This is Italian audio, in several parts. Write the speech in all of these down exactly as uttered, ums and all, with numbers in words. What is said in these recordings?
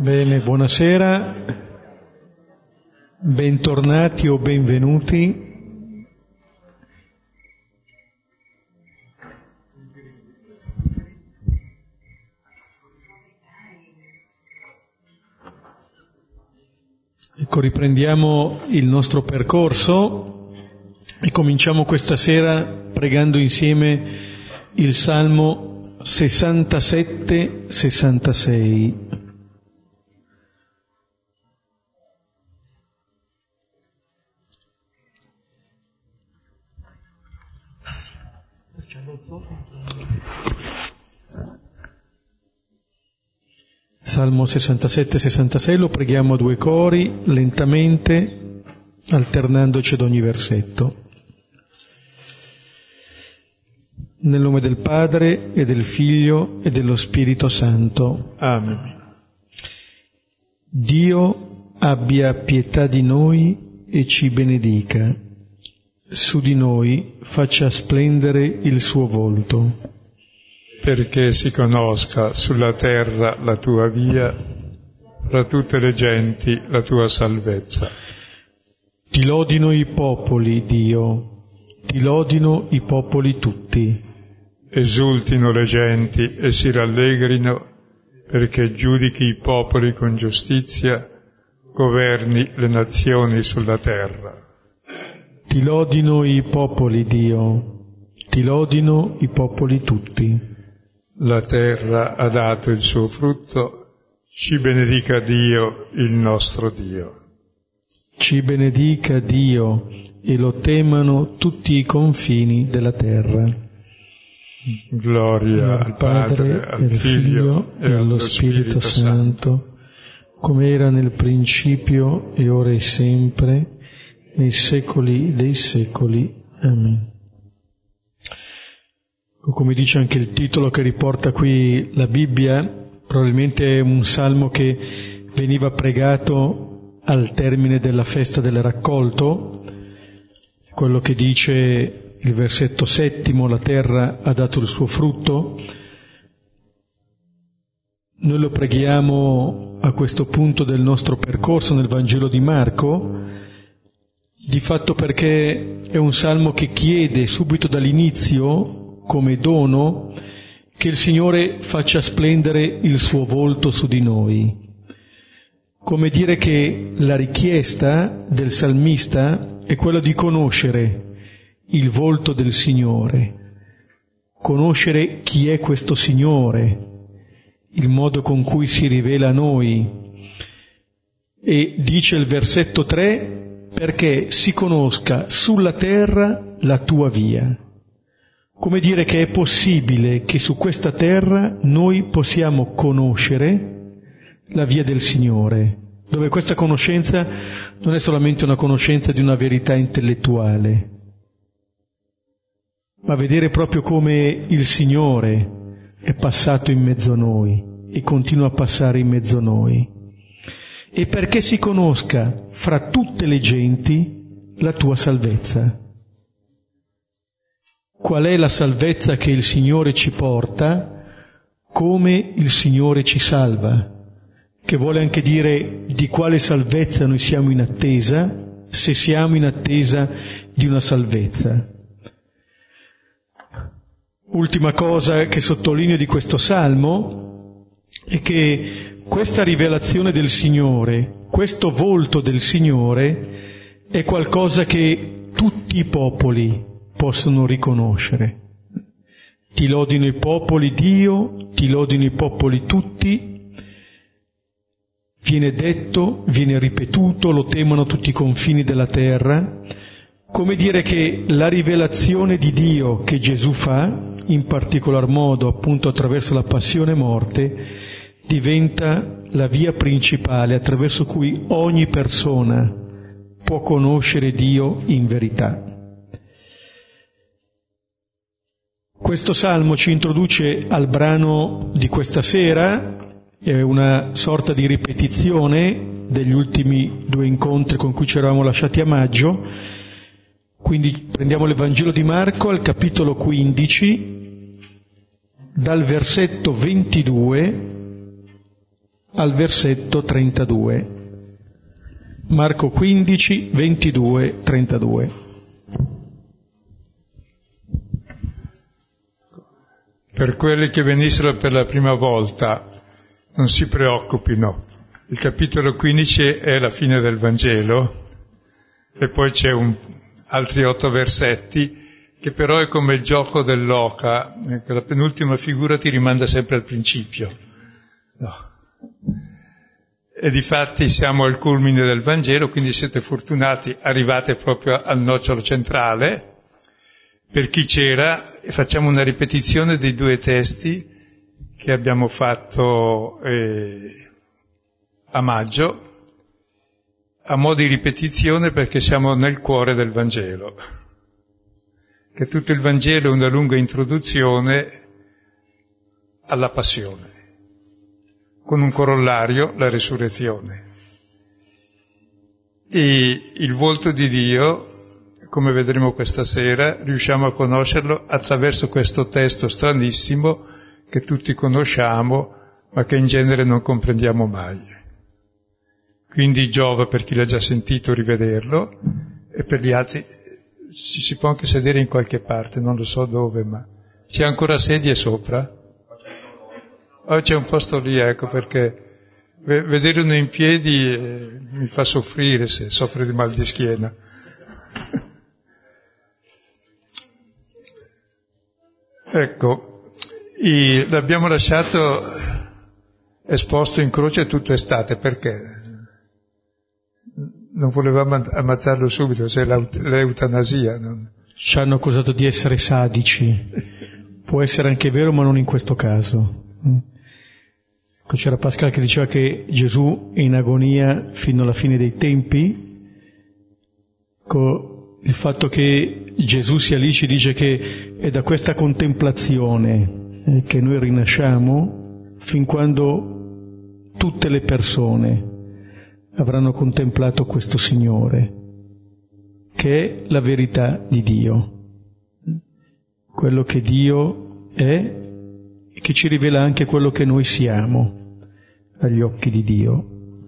Bene, buonasera, bentornati o benvenuti. Ecco, riprendiamo il nostro percorso e cominciamo questa sera pregando insieme il Salmo sessantasette sessantasei. Salmo sessantasette sessantasei, lo preghiamo a due cori, lentamente, alternandoci ad ogni versetto. Nel nome del Padre, e del Figlio, e dello Spirito Santo. Amen. Dio abbia pietà di noi e ci benedica. Su di noi faccia splendere il suo volto. Perché si conosca sulla terra la tua via, fra tutte le genti la tua salvezza. Ti lodino i popoli, Dio, ti lodino i popoli tutti. Esultino le genti e si rallegrino, perché giudichi i popoli con giustizia, governi le nazioni sulla terra. Ti lodino i popoli, Dio, ti lodino i popoli tutti. La terra ha dato il suo frutto, ci benedica Dio, il nostro Dio. Ci benedica Dio e lo temano tutti i confini della terra. Gloria al Padre, al Figlio e allo Spirito Santo, come era nel principio e ora e sempre, nei secoli dei secoli. Amen. Come dice anche il titolo che riporta qui la Bibbia, probabilmente è un salmo che veniva pregato al termine della festa del raccolto, quello che dice il versetto settimo, la terra ha dato il suo frutto. Noi lo preghiamo a questo punto del nostro percorso nel Vangelo di Marco, di fatto perché è un salmo che chiede subito dall'inizio, come dono, che il Signore faccia splendere il suo volto su di noi. Come dire che la richiesta del salmista è quella di conoscere il volto del Signore, conoscere chi è questo Signore, il modo con cui si rivela a noi. E dice il versetto tre, perché si conosca sulla terra la tua via. Come dire che è possibile che su questa terra noi possiamo conoscere la via del Signore, dove questa conoscenza non è solamente una conoscenza di una verità intellettuale, ma vedere proprio come il Signore è passato in mezzo a noi e continua a passare in mezzo a noi. E perché si conosca fra tutte le genti la tua salvezza. Qual è la salvezza che il Signore ci porta, come il Signore ci salva, che vuole anche dire di quale salvezza noi siamo in attesa, se siamo in attesa di una salvezza. Ultima cosa che sottolineo di questo Salmo è che questa rivelazione del Signore, questo volto del Signore, è qualcosa che tutti i popoli possono riconoscere. Ti lodino i popoli, Dio, ti lodino i popoli tutti. Viene detto, viene ripetuto, lo temono tutti i confini della terra, come dire che la rivelazione di Dio che Gesù fa, in particolar modo appunto attraverso la passione e morte, diventa la via principale attraverso cui ogni persona può conoscere Dio in verità. Questo salmo ci introduce al brano di questa sera, è una sorta di ripetizione degli ultimi due incontri con cui ci eravamo lasciati a maggio. Quindi prendiamo l'Evangelo di Marco al capitolo quindici, dal versetto ventidue al versetto trentadue. Marco quindici, ventidue, trentadue. Per quelli che venissero per la prima volta, non si preoccupino. Il capitolo quindici è la fine del Vangelo e poi c'è un, altri otto versetti che però è come il gioco dell'oca, che la penultima figura ti rimanda sempre al principio. No. E difatti siamo al culmine del Vangelo, quindi siete fortunati, arrivate proprio al nocciolo centrale. Per chi c'era, facciamo una ripetizione dei due testi che abbiamo fatto eh, a maggio, a mo' di ripetizione perché siamo nel cuore del Vangelo. Che tutto il Vangelo è una lunga introduzione alla passione, con un corollario, la resurrezione. E il volto di Dio, come vedremo questa sera, riusciamo a conoscerlo attraverso questo testo stranissimo che tutti conosciamo, ma che in genere non comprendiamo mai. Quindi giova per chi l'ha già sentito rivederlo, e per gli altri ci si può anche sedere in qualche parte, non lo so dove, ma c'è ancora sedie sopra? Oh, c'è un posto lì, ecco, perché vedere uno in piedi eh, mi fa soffrire se soffre di mal di schiena. Ecco, i, l'abbiamo lasciato esposto in croce tutta estate, perché non volevamo ammazzarlo subito, se l'eutanasia. Non... Ci hanno accusato di essere sadici. Può essere anche vero, ma non in questo caso. C'era Pascal che diceva che Gesù è in agonia fino alla fine dei tempi. Il fatto che Gesù sia lì ci dice che è da questa contemplazione che noi rinasciamo fin quando tutte le persone avranno contemplato questo Signore, che è la verità di Dio, quello che Dio è e che ci rivela anche quello che noi siamo agli occhi di Dio.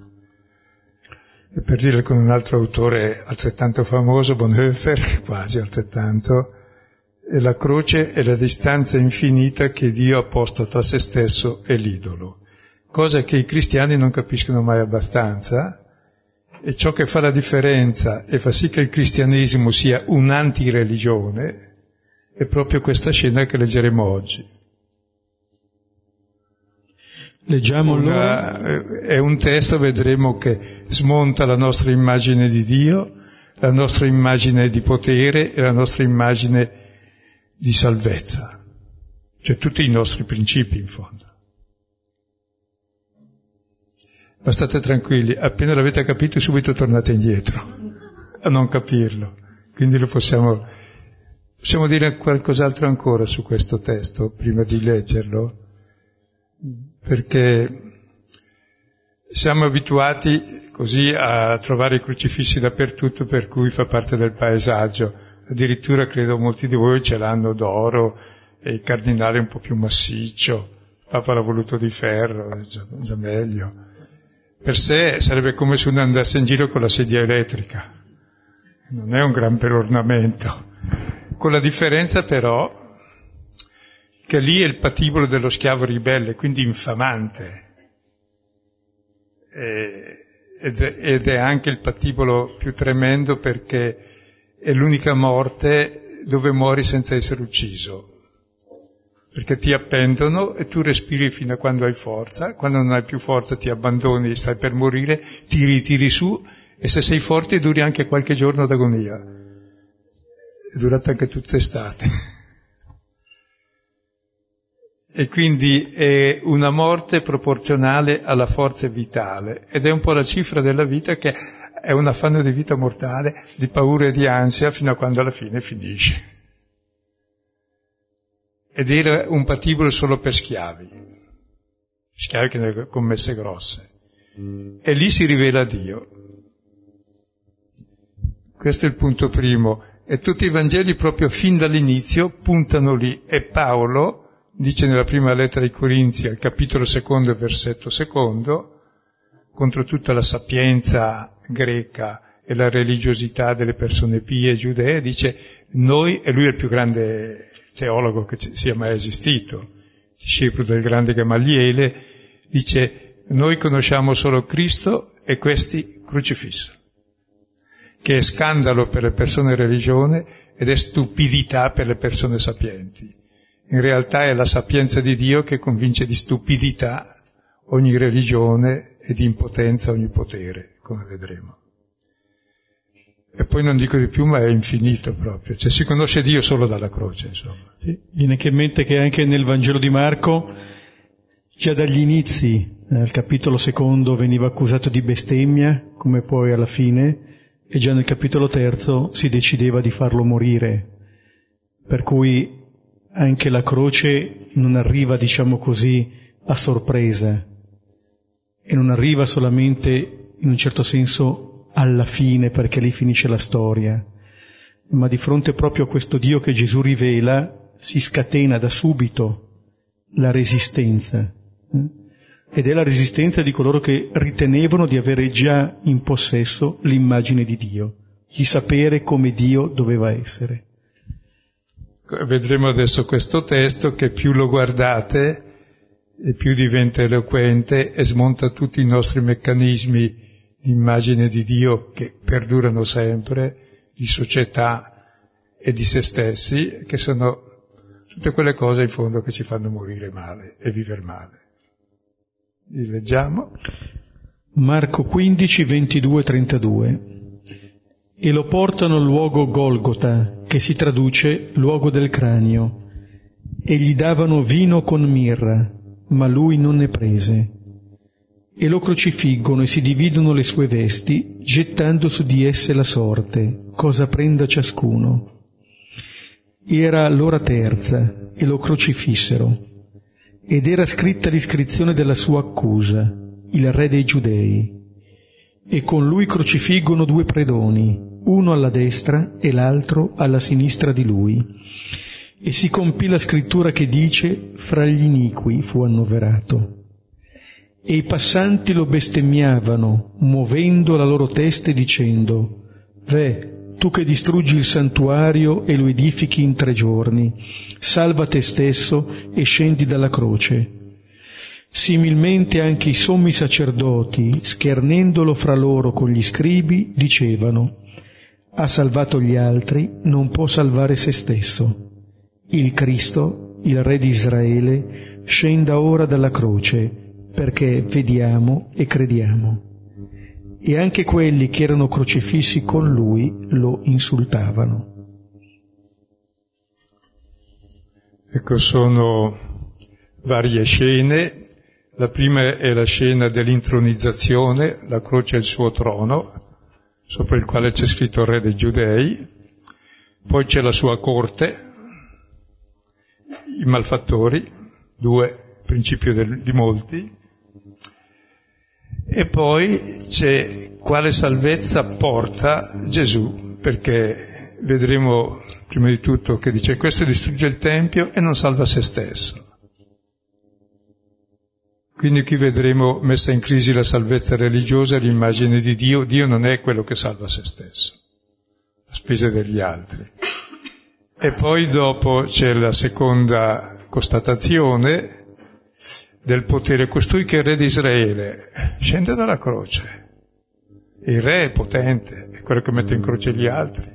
E per dire con un altro autore altrettanto famoso, Bonhoeffer, quasi altrettanto, è la croce è la distanza infinita che Dio ha posto tra se stesso e l'idolo, cosa che i cristiani non capiscono mai abbastanza, e ciò che fa la differenza e fa sì che il cristianesimo sia un'antireligione è proprio questa scena che leggeremo oggi. Leggiamo Una, è un testo, vedremo, che smonta la nostra immagine di Dio, la nostra immagine di potere e la nostra immagine di salvezza, cioè tutti i nostri principi in fondo. Ma state tranquilli, appena l'avete capito subito tornate indietro a non capirlo, quindi lo possiamo, possiamo dire qualcos'altro ancora su questo testo prima di leggerlo, perché siamo abituati così a trovare i crocifissi dappertutto, per cui fa parte del paesaggio. Addirittura credo molti di voi ce l'hanno d'oro e il cardinale un po' più massiccio, il Papa l'ha voluto di ferro, è già, già meglio. Per sé sarebbe come se uno andasse in giro con la sedia elettrica, non è un gran bel ornamento, con la differenza però che lì è il patibolo dello schiavo ribelle, quindi infamante, e, ed, è, ed è anche il patibolo più tremendo perché è l'unica morte dove muori senza essere ucciso, perché ti appendono e tu respiri fino a quando hai forza, quando non hai più forza ti abbandoni, stai per morire, ti ritiri su, e se sei forte duri anche qualche giorno d'agonia, è durata anche tutta estate. E quindi è una morte proporzionale alla forza vitale, ed è un po' la cifra della vita, che è un affanno di vita mortale, di paura e di ansia, fino a quando alla fine finisce. Ed era un patibolo solo per schiavi, schiavi che ne avevano commesse grosse. E lì si rivela Dio. Questo è il punto primo. E tutti i Vangeli proprio fin dall'inizio puntano lì. E Paolo dice nella prima lettera ai Corinzi, al capitolo secondo e versetto secondo, contro tutta la sapienza greca e la religiosità delle persone pie giudee, dice noi, e lui è il più grande teologo che sia mai esistito, discepolo del grande Gamaliele, dice noi conosciamo solo Cristo e questi crocifisso, che è scandalo per le persone religione ed è stupidità per le persone sapienti. In realtà è la sapienza di Dio che convince di stupidità ogni religione e di impotenza ogni potere, come vedremo. E poi non dico di più, ma è infinito proprio, cioè si conosce Dio solo dalla croce, insomma. Sì, viene anche in mente che anche nel Vangelo di Marco, già dagli inizi, al capitolo secondo veniva accusato di bestemmia, come poi alla fine, e già nel capitolo terzo si decideva di farlo morire, per cui anche la croce non arriva, diciamo così, a sorpresa, e non arriva solamente, in un certo senso, alla fine, perché lì finisce la storia, ma di fronte proprio a questo Dio che Gesù rivela, si scatena da subito la resistenza, ed è la resistenza di coloro che ritenevano di avere già in possesso l'immagine di Dio, di sapere come Dio doveva essere. Vedremo adesso questo testo che più lo guardate e più diventa eloquente e smonta tutti i nostri meccanismi di immagine di Dio che perdurano sempre, di società e di se stessi, che sono tutte quelle cose in fondo che ci fanno morire male e vivere male. Li leggiamo. Marco quindici, ventidue, trentadue. E lo portano al luogo Golgota, che si traduce luogo del cranio, e gli davano vino con mirra, ma lui non ne prese. E lo crocifiggono e si dividono le sue vesti, gettando su di esse la sorte, cosa prenda ciascuno. Era l'ora terza, e lo crocifissero, ed era scritta l'iscrizione della sua accusa, il re dei Giudei. E con lui crocifiggono due predoni, uno alla destra e l'altro alla sinistra di lui. E si compì la scrittura che dice, fra gli iniqui fu annoverato. E i passanti lo bestemmiavano, muovendo la loro teste dicendo, Ve, tu che distruggi il santuario e lo edifichi in tre giorni, salva te stesso e scendi dalla croce. Similmente anche i sommi sacerdoti, schernendolo fra loro con gli scribi, dicevano, ha salvato gli altri, non può salvare se stesso. Il Cristo, il Re di Israele, scenda ora dalla croce, perché vediamo e crediamo. E anche quelli che erano crocifissi con lui lo insultavano. Ecco, sono varie scene. La prima è la scena dell'intronizzazione, la croce è il suo trono, sopra il quale c'è scritto Re dei Giudei. Poi c'è la sua corte, i malfattori, due, principio del, di molti. E poi c'è quale salvezza porta Gesù, perché vedremo prima di tutto che dice questo distrugge il Tempio e non salva se stesso. Quindi qui vedremo messa in crisi la salvezza religiosa, l'immagine di Dio. Dio non è quello che salva se stesso, a spese degli altri. E poi dopo c'è la seconda constatazione del potere. Costui che è il re di Israele scende dalla croce. Il re è potente, è quello che mette in croce gli altri.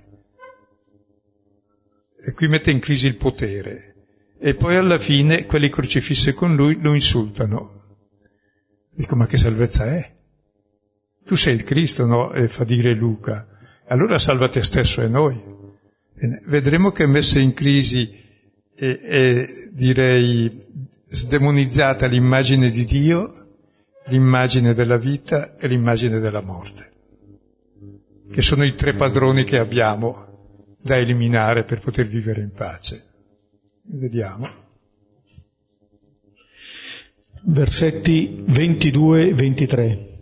E qui mette in crisi il potere. E poi alla fine quelli crocifissi con lui lo insultano. Dico, ma che salvezza è? Tu sei il Cristo, no? E fa dire Luca. Allora salva te stesso e noi. Bene. Vedremo che è messa in crisi e, e direi sdemonizzata l'immagine di Dio, l'immagine della vita e l'immagine della morte, che sono i tre padroni che abbiamo da eliminare per poter vivere in pace. Vediamo. Versetti ventidue e ventitré.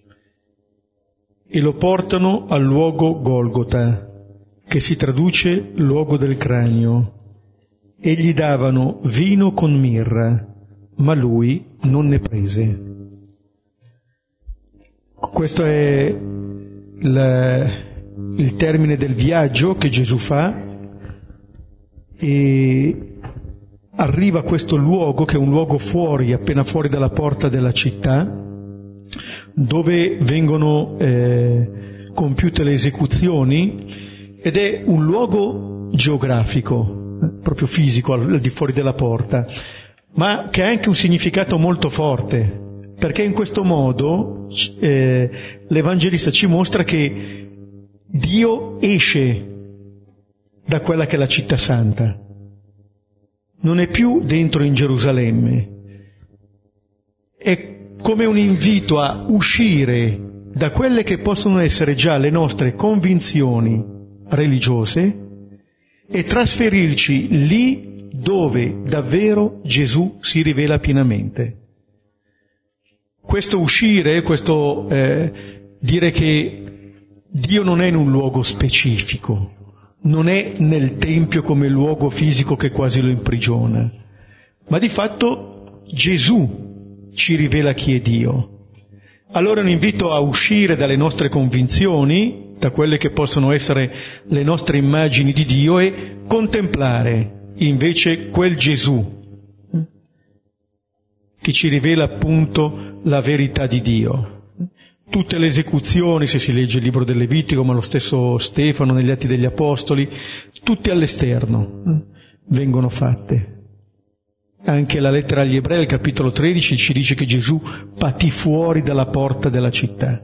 E lo portano al luogo Golgota, che si traduce luogo del cranio, e gli davano vino con mirra, ma lui non ne prese. Questo è il, il termine del viaggio che Gesù fa, e arriva a questo luogo, che è un luogo fuori, appena fuori dalla porta della città, dove vengono eh, compiute le esecuzioni, ed è un luogo geografico, eh, proprio fisico, al, al di fuori della porta, ma che ha anche un significato molto forte, perché in questo modo eh, l'Evangelista ci mostra che Dio esce da quella che è la città santa, non è più dentro in Gerusalemme, è come un invito a uscire da quelle che possono essere già le nostre convinzioni religiose e trasferirci lì dove davvero Gesù si rivela pienamente. Questo uscire, questo eh, dire che Dio non è in un luogo specifico, non è nel Tempio come luogo fisico che quasi lo imprigiona, ma di fatto Gesù ci rivela chi è Dio. Allora è un invito a uscire dalle nostre convinzioni, da quelle che possono essere le nostre immagini di Dio, e contemplare invece quel Gesù che ci rivela appunto la verità di Dio. Tutte le esecuzioni, se si legge il libro del Levitico, ma lo stesso Stefano negli Atti degli Apostoli, tutte all'esterno vengono fatte. Anche la lettera agli Ebrei, al capitolo tredici, ci dice che Gesù patì fuori dalla porta della città.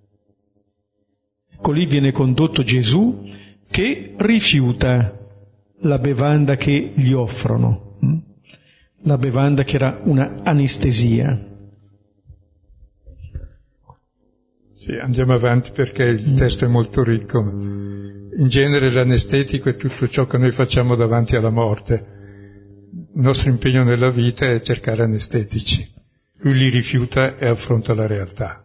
Ecco, lì viene condotto Gesù che rifiuta la bevanda che gli offrono, la bevanda che era una anestesia. Sì, andiamo avanti perché il testo è molto ricco. In genere l'anestetico è tutto ciò che noi facciamo davanti alla morte. Il nostro impegno nella vita è cercare anestetici. Lui li rifiuta e affronta la realtà.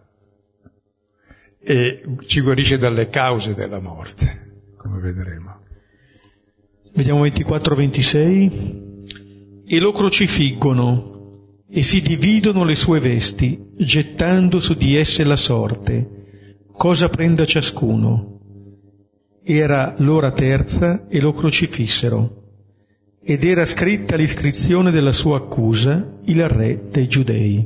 E ci guarisce dalle cause della morte, come vedremo. Vediamo ventiquattro ventisei. E lo crocifiggono e si dividono le sue vesti, gettando su di esse la sorte, cosa prenda ciascuno. Era l'ora terza e lo crocifissero, ed era scritta l'iscrizione della sua accusa, il re dei Giudei.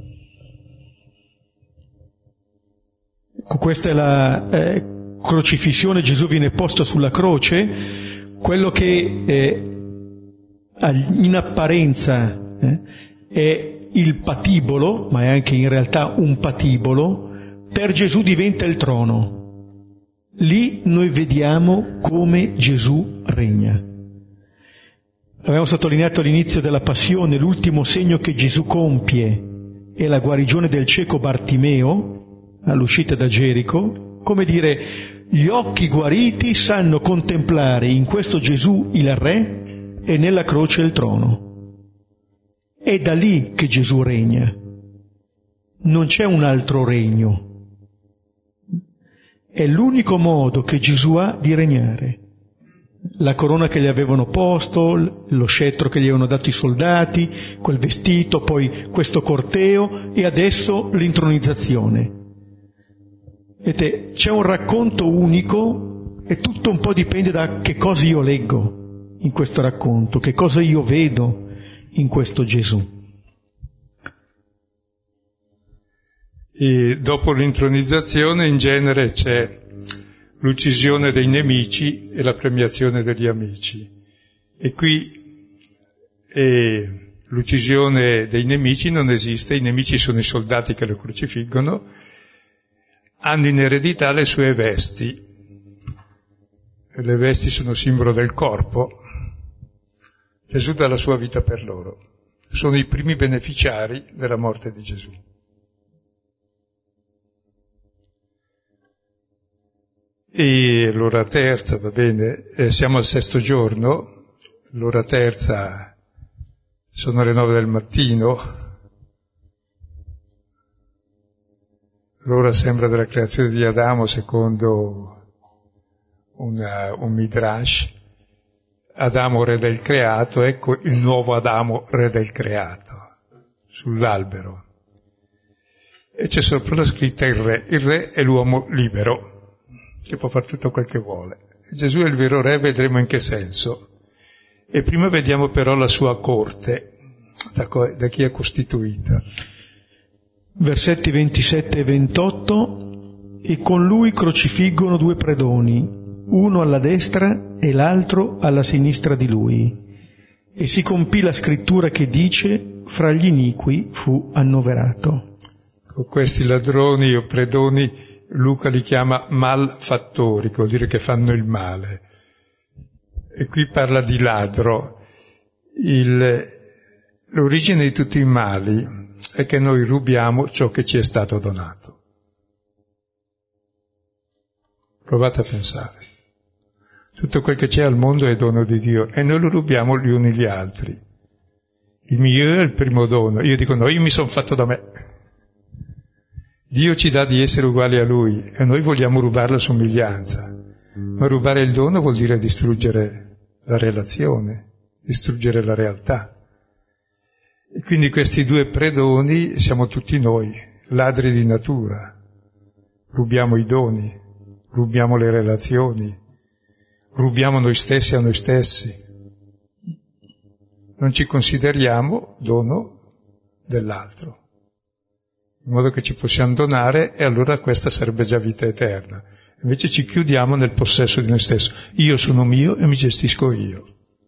Ecco, questa è la eh, crocifissione. Gesù viene posto sulla croce, quello che eh, in apparenza eh, è il patibolo, ma è anche in realtà un patibolo, per Gesù diventa il trono. Lì noi vediamo come Gesù regna. Abbiamo sottolineato all'inizio della Passione, l'ultimo segno che Gesù compie è la guarigione del cieco Bartimeo all'uscita da Gerico, come dire, gli occhi guariti sanno contemplare in questo Gesù il Re e nella croce il trono. È da lì che Gesù regna, non c'è un altro regno. È l'unico modo che Gesù ha di regnare. La corona che gli avevano posto, lo scettro che gli avevano dato i soldati, quel vestito, poi questo corteo e adesso l'intronizzazione. Vedete, c'è un racconto unico e tutto un po' dipende da che cosa io leggo in questo racconto, che cosa io vedo in questo Gesù. E dopo l'intronizzazione in genere c'è l'uccisione dei nemici e la premiazione degli amici. E qui eh, l'uccisione dei nemici non esiste, i nemici sono i soldati che lo crocifiggono, hanno in eredità le sue vesti, e le vesti sono simbolo del corpo. Gesù dà la sua vita per loro, sono i primi beneficiari della morte di Gesù. E l'ora terza, va bene, eh, siamo al sesto giorno, l'ora terza sono le nove del mattino, l'ora sembra della creazione di Adamo secondo una, un midrash, Adamo re del creato, ecco il nuovo Adamo re del creato, sull'albero. e c'è sopra la scritta il re. Il re è l'uomo libero, che può fare tutto quel che vuole. Gesù è il vero re, vedremo in che senso. E prima vediamo però la sua corte, da, co- da chi è costituita. Versetti ventisette e ventotto: e con lui crocifiggono due predoni, uno alla destra e l'altro alla sinistra di lui. E si compì la scrittura che dice: fra gli iniqui fu annoverato. Con questi ladroni o predoni Luca li chiama malfattori, che vuol dire che fanno il male. E qui parla di ladro. Il, l'origine di tutti i mali è che noi rubiamo ciò che ci è stato donato. Provate a pensare. Tutto quel che c'è al mondo è dono di Dio e noi lo rubiamo gli uni gli altri. Il mio è il primo dono. Io dico no, io mi sono fatto da me. Dio ci dà di essere uguali a Lui e noi vogliamo rubare la somiglianza. Ma rubare il dono vuol dire distruggere la relazione, distruggere la realtà. E quindi questi due predoni siamo tutti noi, ladri di natura. Rubiamo i doni, rubiamo le relazioni, rubiamo noi stessi a noi stessi. Non ci consideriamo dono dell'altro, in modo che ci possiamo donare e allora questa sarebbe già vita eterna. Invece ci chiudiamo nel possesso di noi stessi. Io sono mio e mi gestisco io.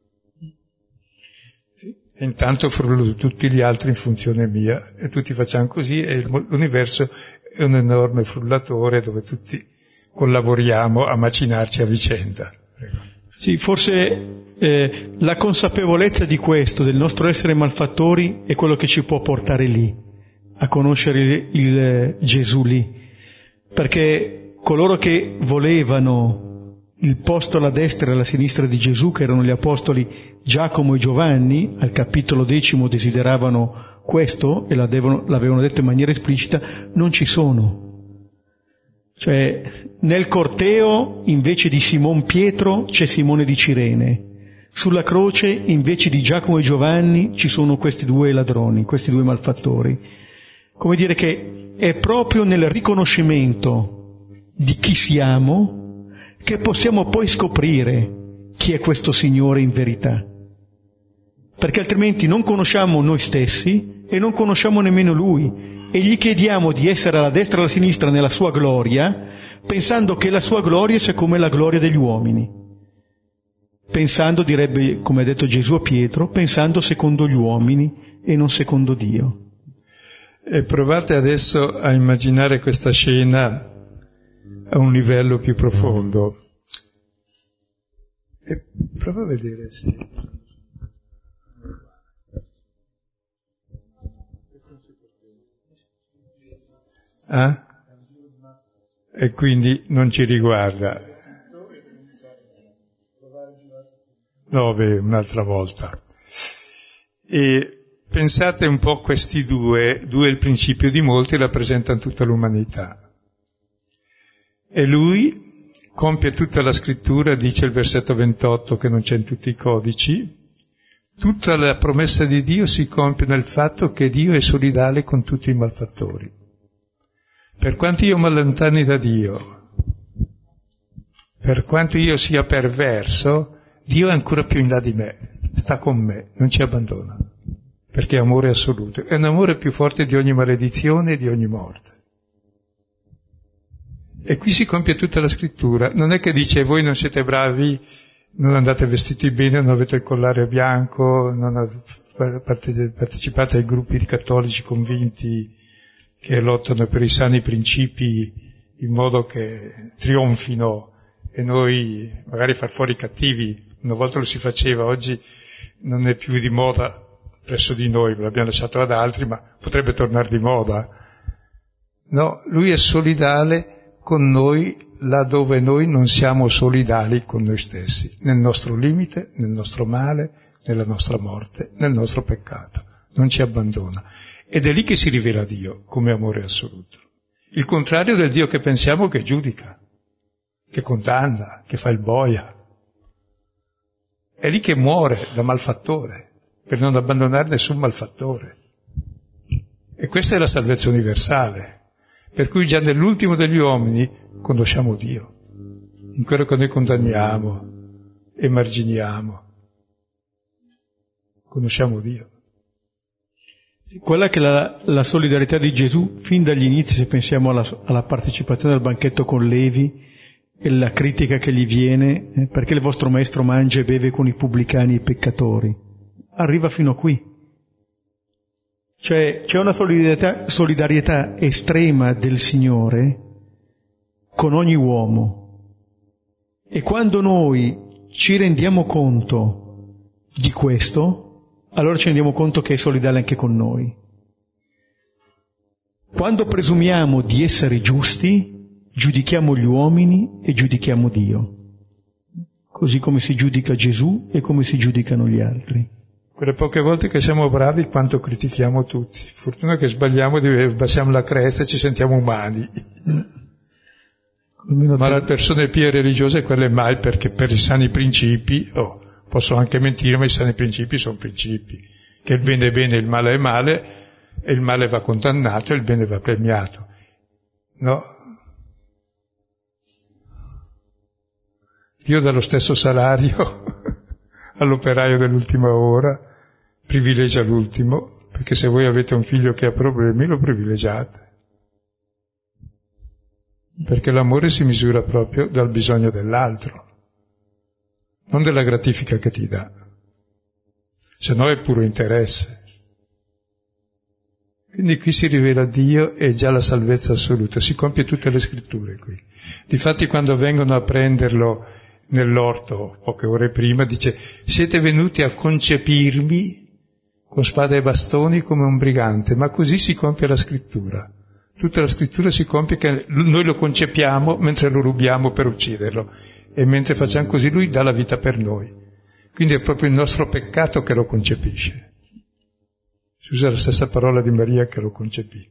E intanto frullo tutti gli altri in funzione mia e tutti facciamo così e l'universo è un enorme frullatore dove tutti collaboriamo a macinarci a vicenda. Prego. Sì, forse eh, la consapevolezza di questo, del nostro essere malfattori, è quello che ci può portare lì, a conoscere il, il Gesù lì. Perché coloro che volevano il posto alla destra e alla sinistra di Gesù, che erano gli apostoli Giacomo e Giovanni, al capitolo decimo desideravano questo e l'avevano, l'avevano detto in maniera esplicita, non ci sono. Cioè, nel corteo, invece di Simon Pietro, c'è Simone di Cirene. Sulla croce, invece di Giacomo e Giovanni, ci sono questi due ladroni, questi due malfattori. Come dire che è proprio nel riconoscimento di chi siamo che possiamo poi scoprire chi è questo Signore in verità. Perché altrimenti non conosciamo noi stessi e non conosciamo nemmeno Lui. E gli chiediamo di essere alla destra e alla sinistra nella sua gloria, pensando che la sua gloria sia come la gloria degli uomini. Pensando, direbbe, come ha detto Gesù a Pietro, pensando secondo gli uomini e non secondo Dio. E provate adesso a immaginare questa scena a un livello più profondo. E prova a vedere se... Eh? E quindi non ci riguarda. Dove un'altra volta. E pensate un po' a questi due, due è il principio di molti, rappresentano tutta l'umanità. E lui compie tutta la scrittura, dice il versetto ventotto che non c'è in tutti i codici, tutta la promessa di Dio si compie nel fatto che Dio è solidale con tutti i malfattori. Per quanto io mi allontani da Dio, per quanto io sia perverso, Dio è ancora più in là di me, sta con me, non ci abbandona, perché è amore assoluto, è un amore più forte di ogni maledizione e di ogni morte. E qui si compie tutta la scrittura, non è che dice voi non siete bravi, non andate vestiti bene, non avete il collare bianco, non partecipate ai gruppi di cattolici convinti che lottano per i sani principi in modo che trionfino e noi magari far fuori i cattivi. Una volta lo si faceva, oggi non è più di moda presso di noi, l'abbiamo lasciato ad altri, ma potrebbe tornare di moda. No, lui è solidale con noi là dove noi non siamo solidali con noi stessi, nel nostro limite, nel nostro male, nella nostra morte, nel nostro peccato. Non ci abbandona. Ed è lì che si rivela Dio come amore assoluto. Il contrario del Dio che pensiamo che giudica, che condanna, che fa il boia. È lì che muore da malfattore, per non abbandonare nessun malfattore. E questa è la salvezza universale, per cui già nell'ultimo degli uomini conosciamo Dio, in quello che noi condanniamo, emarginiamo, conosciamo Dio. Quella che è la, la solidarietà di Gesù fin dagli inizi, se pensiamo alla, alla partecipazione al banchetto con Levi e la critica che gli viene, eh, perché il vostro maestro mangia e beve con i pubblicani e i peccatori, arriva fino a qui. Cioè c'è una solidarietà, solidarietà estrema del Signore con ogni uomo, e quando noi ci rendiamo conto di questo, allora ci rendiamo conto che è solidale anche con noi. Quando presumiamo di essere giusti, giudichiamo gli uomini e giudichiamo Dio, così come si giudica Gesù e come si giudicano gli altri. Quelle poche volte che siamo bravi, quanto critichiamo tutti. Fortuna che sbagliamo, abbassiamo la cresta e ci sentiamo umani. Ma te... le persone pie e religiose quelle mai, perché per i sani principi, oh, posso anche mentire, ma i sani principi sono principi, che il bene è bene, il male è male, e il male va condannato e il bene va premiato. No? Dio dà lo stesso salario all'operaio dell'ultima ora, privilegia l'ultimo, perché se voi avete un figlio che ha problemi, lo privilegiate. Perché l'amore si misura proprio dal bisogno dell'altro, non della gratifica che ti dà, se no è puro interesse. Quindi qui si rivela Dio e già la salvezza assoluta, si compie tutte le scritture qui. Difatti quando vengono a prenderlo nell'orto poche ore prima dice: siete venuti a concepirmi con spada e bastoni come un brigante, ma così si compie la scrittura. Tutta la scrittura si compie che noi lo concepiamo mentre lo rubiamo per ucciderlo, e mentre facciamo così lui dà la vita per noi. Quindi è proprio il nostro peccato che lo concepisce. Si usa la stessa parola di Maria che lo concepì.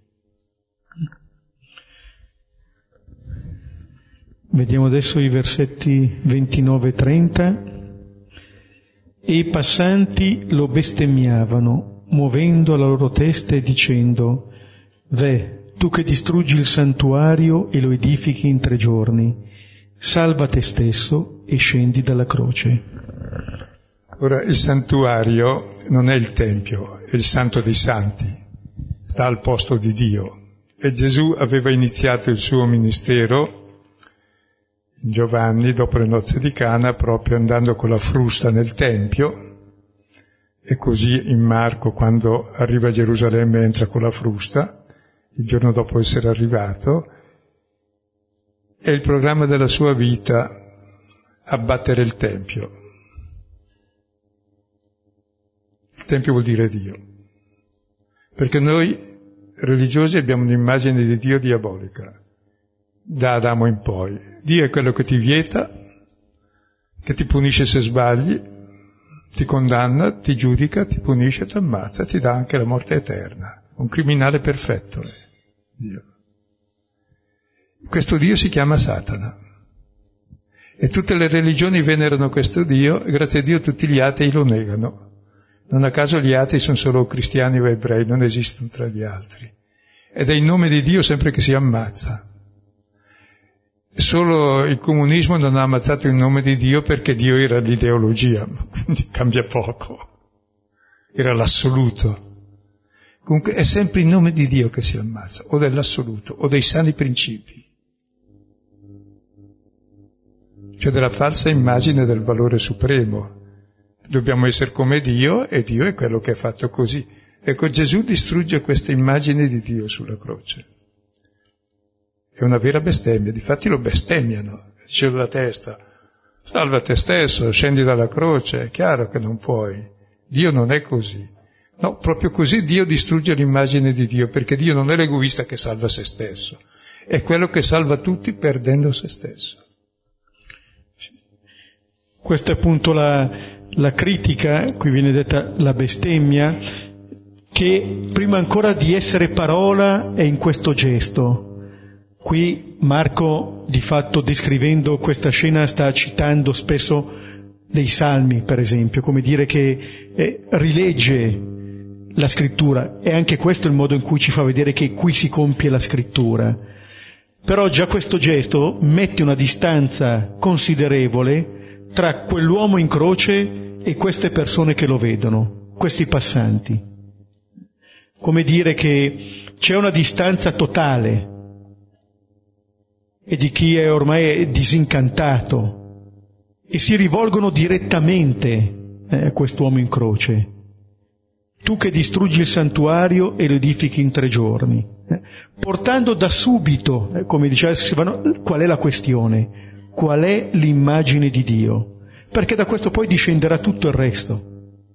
Vediamo adesso i versetti ventinove e trenta. E i passanti lo bestemmiavano, muovendo la loro testa e dicendo: Ve, tu che distruggi il santuario e lo edifichi in tre giorni, salva te stesso e scendi dalla croce. Ora, il santuario non è il Tempio, è il Santo dei Santi, sta al posto di Dio. E Gesù aveva iniziato il suo ministero in Giovanni, dopo le nozze di Cana, proprio andando con la frusta nel Tempio, e così in Marco, quando arriva a Gerusalemme, entra con la frusta, il giorno dopo essere arrivato, e il programma della sua vita abbattere il Tempio. Il Tempio vuol dire Dio, perché noi religiosi abbiamo un'immagine di Dio diabolica, da Adamo in poi. Dio è quello che ti vieta, che ti punisce se sbagli, ti condanna, ti giudica, ti punisce, ti ammazza, ti dà anche la morte eterna. Un criminale perfetto è Dio. Questo Dio si chiama Satana. E tutte le religioni venerano questo Dio, e grazie a Dio tutti gli atei lo negano. Non a caso gli atei sono solo cristiani o ebrei, non esistono tra gli altri. Ed è in nome di Dio sempre che si ammazza. Solo il comunismo non ha ammazzato in nome di Dio perché Dio era l'ideologia, quindi cambia poco. Era l'assoluto. Comunque è sempre in nome di Dio che si ammazza, o dell'assoluto, o dei sani principi. Cioè della falsa immagine del valore supremo. Dobbiamo essere come Dio, e Dio è quello che è fatto così. Ecco, Gesù distrugge questa immagine di Dio sulla croce. È una vera bestemmia, difatti lo bestemmiano, dice la testa: salva te stesso, scendi dalla croce. È chiaro che non puoi, Dio non è così. No, proprio così Dio distrugge l'immagine di Dio, perché Dio non è l'egoista che salva se stesso, è quello che salva tutti perdendo se stesso. Questa è appunto la, la critica, qui viene detta la bestemmia, che prima ancora di essere parola è in questo gesto. Qui Marco, di fatto, descrivendo questa scena, sta citando spesso dei salmi, per esempio, come dire che eh, rilegge la scrittura, e anche questo è il modo in cui ci fa vedere che qui si compie la scrittura. Però già questo gesto mette una distanza considerevole tra quell'uomo in croce e queste persone che lo vedono, questi passanti. Come dire che c'è una distanza totale e di chi è ormai disincantato, e si rivolgono direttamente eh, a quest'uomo in croce. Tu che distruggi il santuario e lo edifichi in tre giorni, eh, portando da subito, eh, come diceva Silvano, qual è la questione, qual è l'immagine di Dio, perché da questo poi discenderà tutto il resto.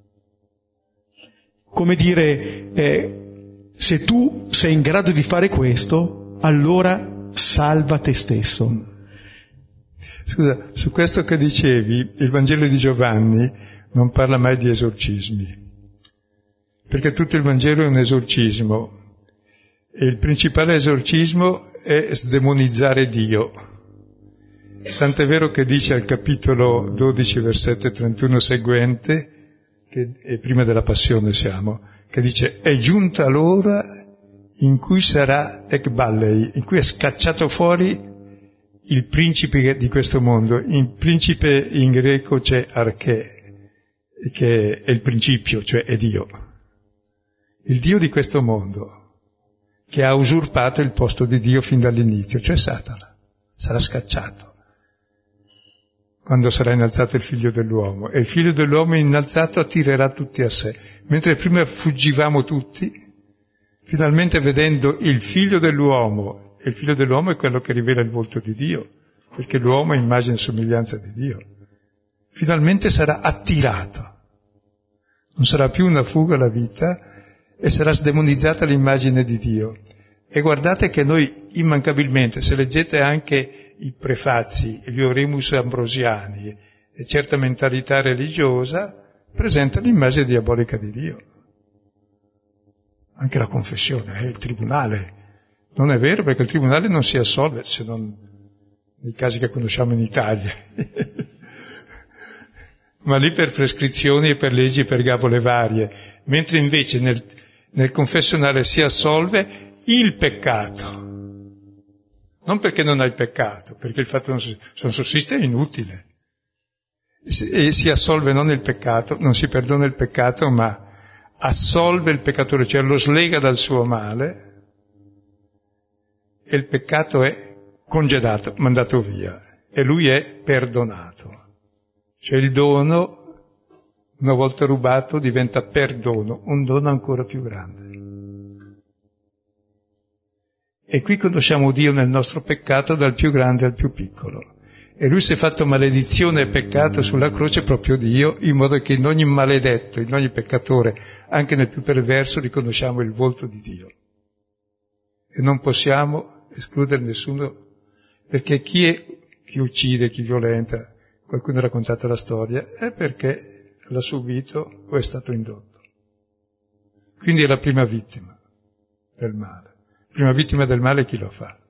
Come dire, eh, se tu sei in grado di fare questo, allora salva te stesso. Scusa, su questo che dicevi, il Vangelo di Giovanni non parla mai di esorcismi, perché tutto il Vangelo è un esorcismo, e il principale esorcismo è sdemonizzare Dio. Tant'è vero che dice al capitolo dodici, versetto trentuno seguente, che è prima della Passione siamo, che dice: è giunta l'ora in cui sarà ekballei, in cui è scacciato fuori il principe di questo mondo. Il principe in greco c'è arché, che è il principio, cioè è Dio. Il Dio di questo mondo, che ha usurpato il posto di Dio fin dall'inizio, cioè Satana, sarà scacciato quando sarà innalzato il figlio dell'uomo. E il figlio dell'uomo innalzato attirerà tutti a sé. Mentre prima fuggivamo tutti, finalmente vedendo il figlio dell'uomo, e il figlio dell'uomo è quello che rivela il volto di Dio, perché l'uomo è immagine e somiglianza di Dio, finalmente sarà attirato. Non sarà più una fuga alla vita e sarà sdemonizzata l'immagine di Dio. E guardate che noi immancabilmente, se leggete anche i prefazi, gli Oremus ambrosiani e certa mentalità religiosa, presenta l'immagine diabolica di Dio. Anche la confessione, eh, il tribunale. Non è vero, perché il tribunale non si assolve, se non nei casi che conosciamo in Italia. Ma lì per prescrizioni e per leggi e per gabole varie. Mentre invece nel, nel confessionale si assolve il peccato. Non perché non hai peccato, perché il fatto che non sussiste è inutile. E si assolve non il peccato, non si perdona il peccato, ma assolve il peccatore, cioè lo slega dal suo male, e il peccato è congedato, mandato via, e lui è perdonato. Cioè il dono, una volta rubato, diventa perdono, un dono ancora più grande. E qui conosciamo Dio nel nostro peccato dal più grande al più piccolo. E lui si è fatto maledizione e peccato sulla croce, proprio Dio, in modo che in ogni maledetto, in ogni peccatore, anche nel più perverso, riconosciamo il volto di Dio. E non possiamo escludere nessuno, perché chi è, chi uccide, chi violenta, qualcuno ha raccontato la storia, è perché l'ha subito o è stato indotto. Quindi è la prima vittima del male. La prima vittima del male è chi lo fa.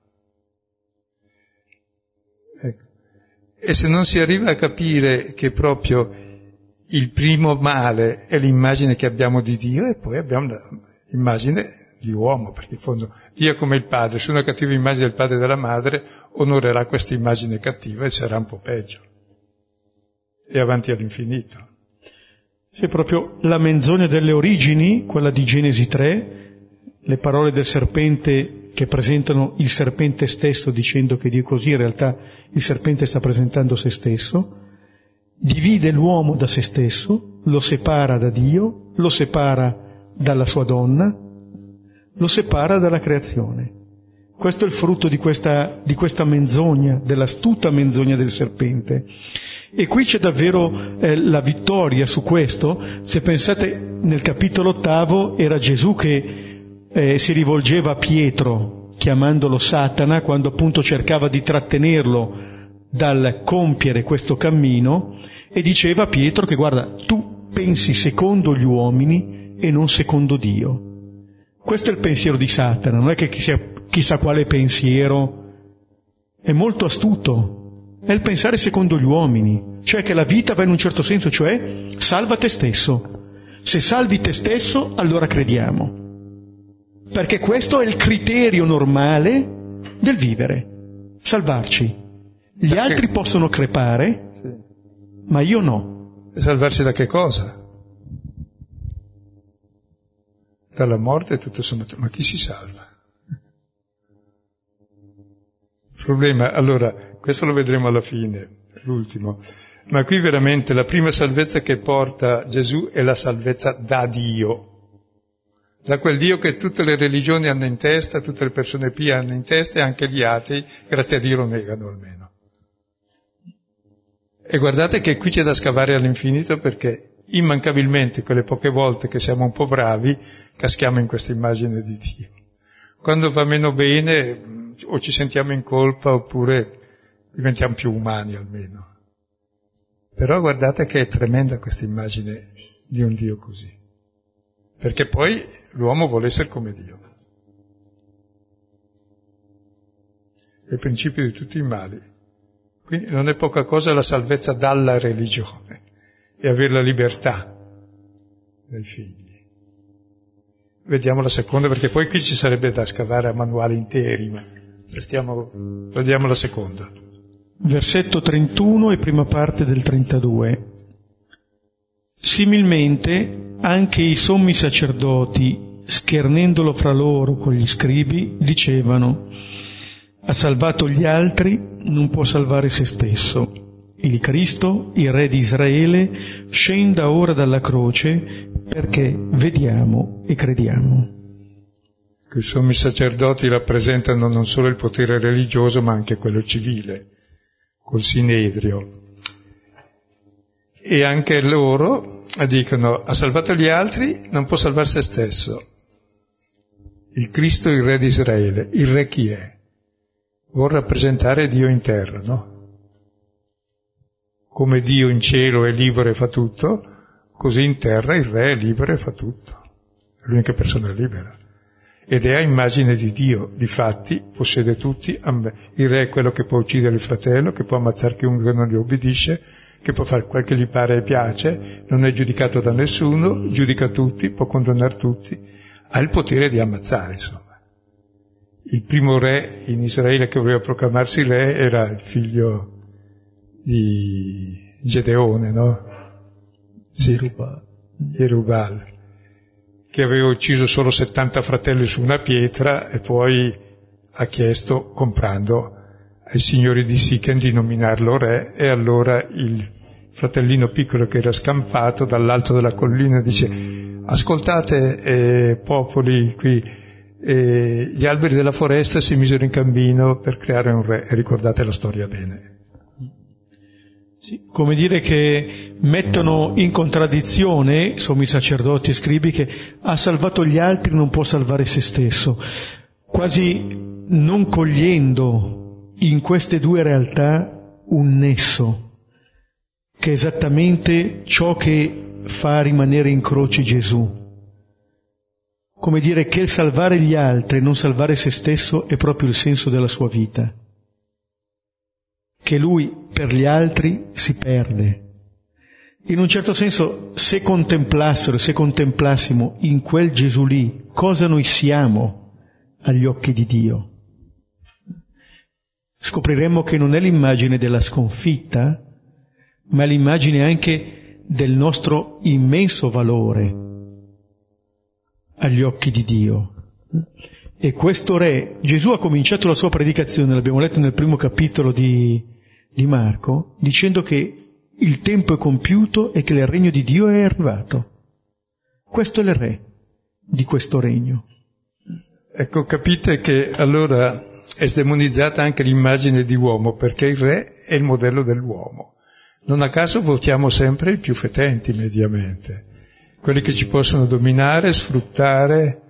Ecco. E se non si arriva a capire che proprio il primo male è l'immagine che abbiamo di Dio, e poi abbiamo l'immagine di uomo, perché in fondo Dio è come il padre, se una cattiva immagine del padre e della madre onorerà questa immagine cattiva e sarà un po' peggio. E avanti all'infinito. Se proprio la menzogna delle origini, quella di Genesi tre, le parole del serpente che presentano il serpente stesso dicendo che Dio è così, in realtà il serpente sta presentando se stesso, divide l'uomo da se stesso, lo separa da Dio, lo separa dalla sua donna, lo separa dalla creazione. Questo è il frutto di questa, di questa menzogna, dell'astuta menzogna del serpente. E qui c'è davvero eh, la vittoria su questo. Se pensate, nel capitolo ottavo era Gesù che eh, si rivolgeva a Pietro, chiamandolo Satana, quando appunto cercava di trattenerlo dal compiere questo cammino, e diceva a Pietro che guarda, tu pensi secondo gli uomini e non secondo Dio. Questo è il pensiero di Satana, non è che sia chissà quale pensiero, è molto astuto, è il pensare secondo gli uomini, cioè che la vita va in un certo senso, cioè salva te stesso, Se salvi te stesso, allora crediamo. Perché questo è il criterio normale del vivere, salvarci. Gli Perché? altri possono crepare, sì. ma io no. E salvarsi da che cosa? Dalla morte tutto sommato. Ma chi si salva? Il problema, allora, questo lo vedremo alla fine, l'ultimo. Ma qui veramente la prima salvezza che porta Gesù è la salvezza da Dio. Da quel Dio che tutte le religioni hanno in testa, tutte le persone pie hanno in testa e anche gli atei, grazie a Dio, lo negano almeno. E guardate che qui c'è da scavare all'infinito, perché immancabilmente quelle poche volte che siamo un po' bravi caschiamo in questa immagine di Dio. Quando va meno bene o ci sentiamo in colpa oppure diventiamo più umani almeno. Però guardate che è tremenda questa immagine di un Dio così. Perché poi l'uomo vuole essere come Dio. È il principio di tutti i mali. Quindi non è poca cosa la salvezza dalla religione e avere la libertà dei figli. Vediamo la seconda, perché poi qui ci sarebbe da scavare a manuali interi, ma restiamo, vediamo la seconda. Versetto trentuno e prima parte del trentadue. Similmente anche i sommi sacerdoti, schernendolo fra loro con gli scribi, dicevano: ha salvato gli altri, non può salvare se stesso. Il Cristo, il Re di Israele, scenda ora dalla croce, perché vediamo e crediamo. I sommi sacerdoti rappresentano non solo il potere religioso, ma anche quello civile, col Sinedrio. E anche loro dicono: ha salvato gli altri, non può salvare se stesso. Il Cristo, il Re di Israele. Il Re chi è? Vuol rappresentare Dio in terra, no? Come Dio in cielo è libero e fa tutto, così in terra il Re è libero e fa tutto. È l'unica persona libera. Ed è a immagine di Dio, difatti possiede tutti. Il Re è quello che può uccidere il fratello, che può ammazzare chiunque non gli obbedisce, che può fare quel che gli pare e piace, non è giudicato da nessuno, giudica tutti, può condannare tutti, ha il potere di ammazzare, insomma. Il primo re in Israele che voleva proclamarsi re era il figlio di Gedeone, no? Sì, Jerubal, che aveva ucciso solo settanta fratelli su una pietra e poi ha chiesto, comprando ai signori di Sichem, di nominarlo re, e allora il fratellino piccolo che era scampato dall'alto della collina dice: ascoltate eh, popoli qui, eh, gli alberi della foresta si misero in cammino per creare un re, e ricordate la storia bene. Sì, come dire che mettono in contraddizione, sommi sacerdoti e scribi, che ha salvato gli altri, non può salvare se stesso, quasi non cogliendo in queste due realtà un nesso, che è esattamente ciò che fa rimanere in croce Gesù. Come dire che il salvare gli altri e non salvare se stesso è proprio il senso della sua vita. Che lui per gli altri si perde. In un certo senso, se contemplassero, se contemplassimo in quel Gesù lì cosa noi siamo agli occhi di Dio, scopriremmo che non è l'immagine della sconfitta, ma è l'immagine anche del nostro immenso valore agli occhi di Dio. E questo Re, Gesù ha cominciato la sua predicazione, l'abbiamo letto nel primo capitolo di, di Marco, dicendo che il tempo è compiuto e che il regno di Dio è arrivato. Questo è il Re di questo regno. Ecco, capite che allora è sdemonizzata anche l'immagine di uomo, perché il Re è il modello dell'uomo. Non a caso votiamo sempre i più fetenti mediamente, quelli che ci possono dominare, sfruttare.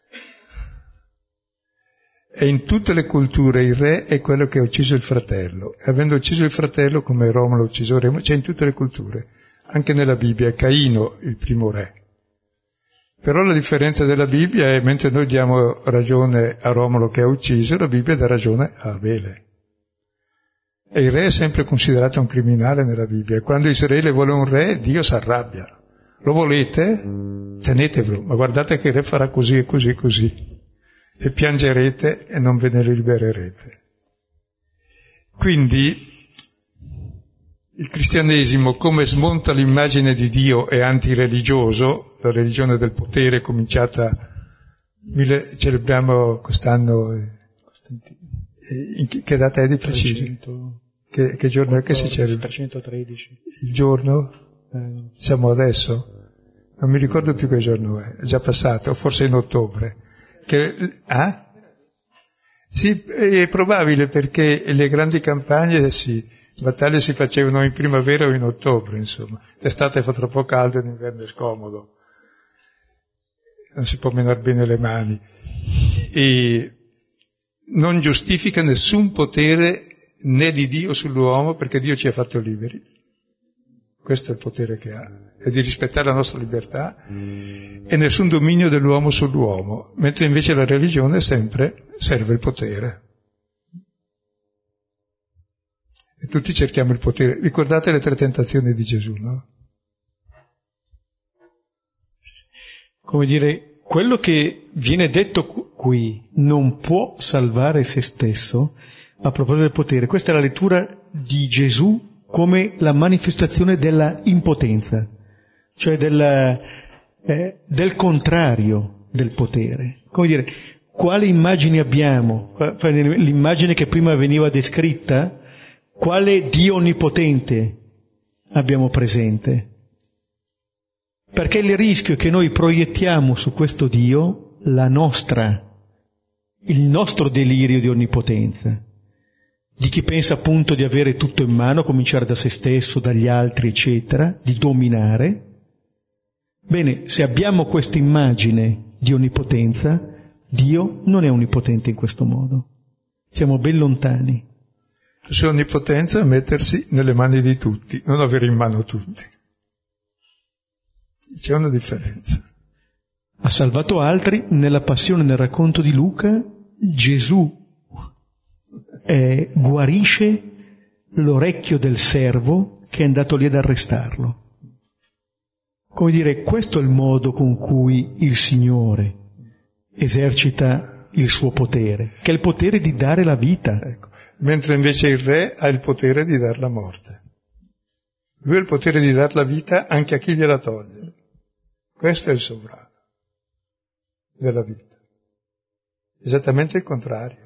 E in tutte le culture il re è quello che ha ucciso il fratello. E avendo ucciso il fratello, come Romolo ha ucciso Remo, c'è in tutte le culture. Anche nella Bibbia è Caino il primo re. Però la differenza della Bibbia è, mentre noi diamo ragione a Romolo che ha ucciso, la Bibbia dà ragione a Abele. E il re è sempre considerato un criminale nella Bibbia. E quando Israele vuole un re, Dio si arrabbia. Lo volete? Tenetevelo, ma guardate che re farà così e così e così. E piangerete e non ve ne libererete. Quindi il cristianesimo, come smonta l'immagine di Dio, è antireligioso, la religione del potere cominciata, celebriamo quest'anno, in che data è di preciso? Che, che giorno è che si celebra? trecentotredici. Il giorno? Eh. Siamo adesso? Non mi ricordo più che giorno è, è già passato, forse in ottobre. Che, ah? Sì, è probabile perché le grandi campagne, sì, battaglie si facevano in primavera o in ottobre, insomma. L'estate fa troppo caldo e l'inverno è scomodo. Non si può menare bene le mani. E non giustifica nessun potere né di Dio sull'uomo, perché Dio ci ha fatto liberi. Questo è il potere che ha, è di rispettare la nostra libertà, e nessun dominio dell'uomo sull'uomo, mentre invece la religione sempre serve il potere. E tutti cerchiamo il potere. Ricordate le tre tentazioni di Gesù, no? Come dire, quello che viene detto qui non può salvare se stesso, a proposito del potere. Questa è la lettura di Gesù come la manifestazione della impotenza, cioè del, eh, del contrario del potere. Come dire, quale immagine abbiamo? L'immagine che prima veniva descritta, quale Dio onnipotente abbiamo presente? Perché il rischio è che noi proiettiamo su questo Dio la nostra, il nostro delirio di onnipotenza, di chi pensa appunto di avere tutto in mano, cominciare da se stesso, dagli altri, eccetera, di dominare. Bene, se abbiamo questa immagine di onnipotenza, Dio non è onnipotente in questo modo. Siamo ben lontani. La sua onnipotenza è mettersi nelle mani di tutti, non avere in mano tutti. C'è una differenza. Ha salvato altri. Nella passione, nel racconto di Luca, Gesù eh, guarisce l'orecchio del servo che è andato lì ad arrestarlo. Come dire, questo è il modo con cui il Signore esercita il suo potere, che è il potere di dare la vita. Ecco. Mentre invece il re ha il potere di dar la morte. Lui ha il potere di dar la vita anche a chi gliela toglie. Questo è il sovrano della vita. Esattamente il contrario.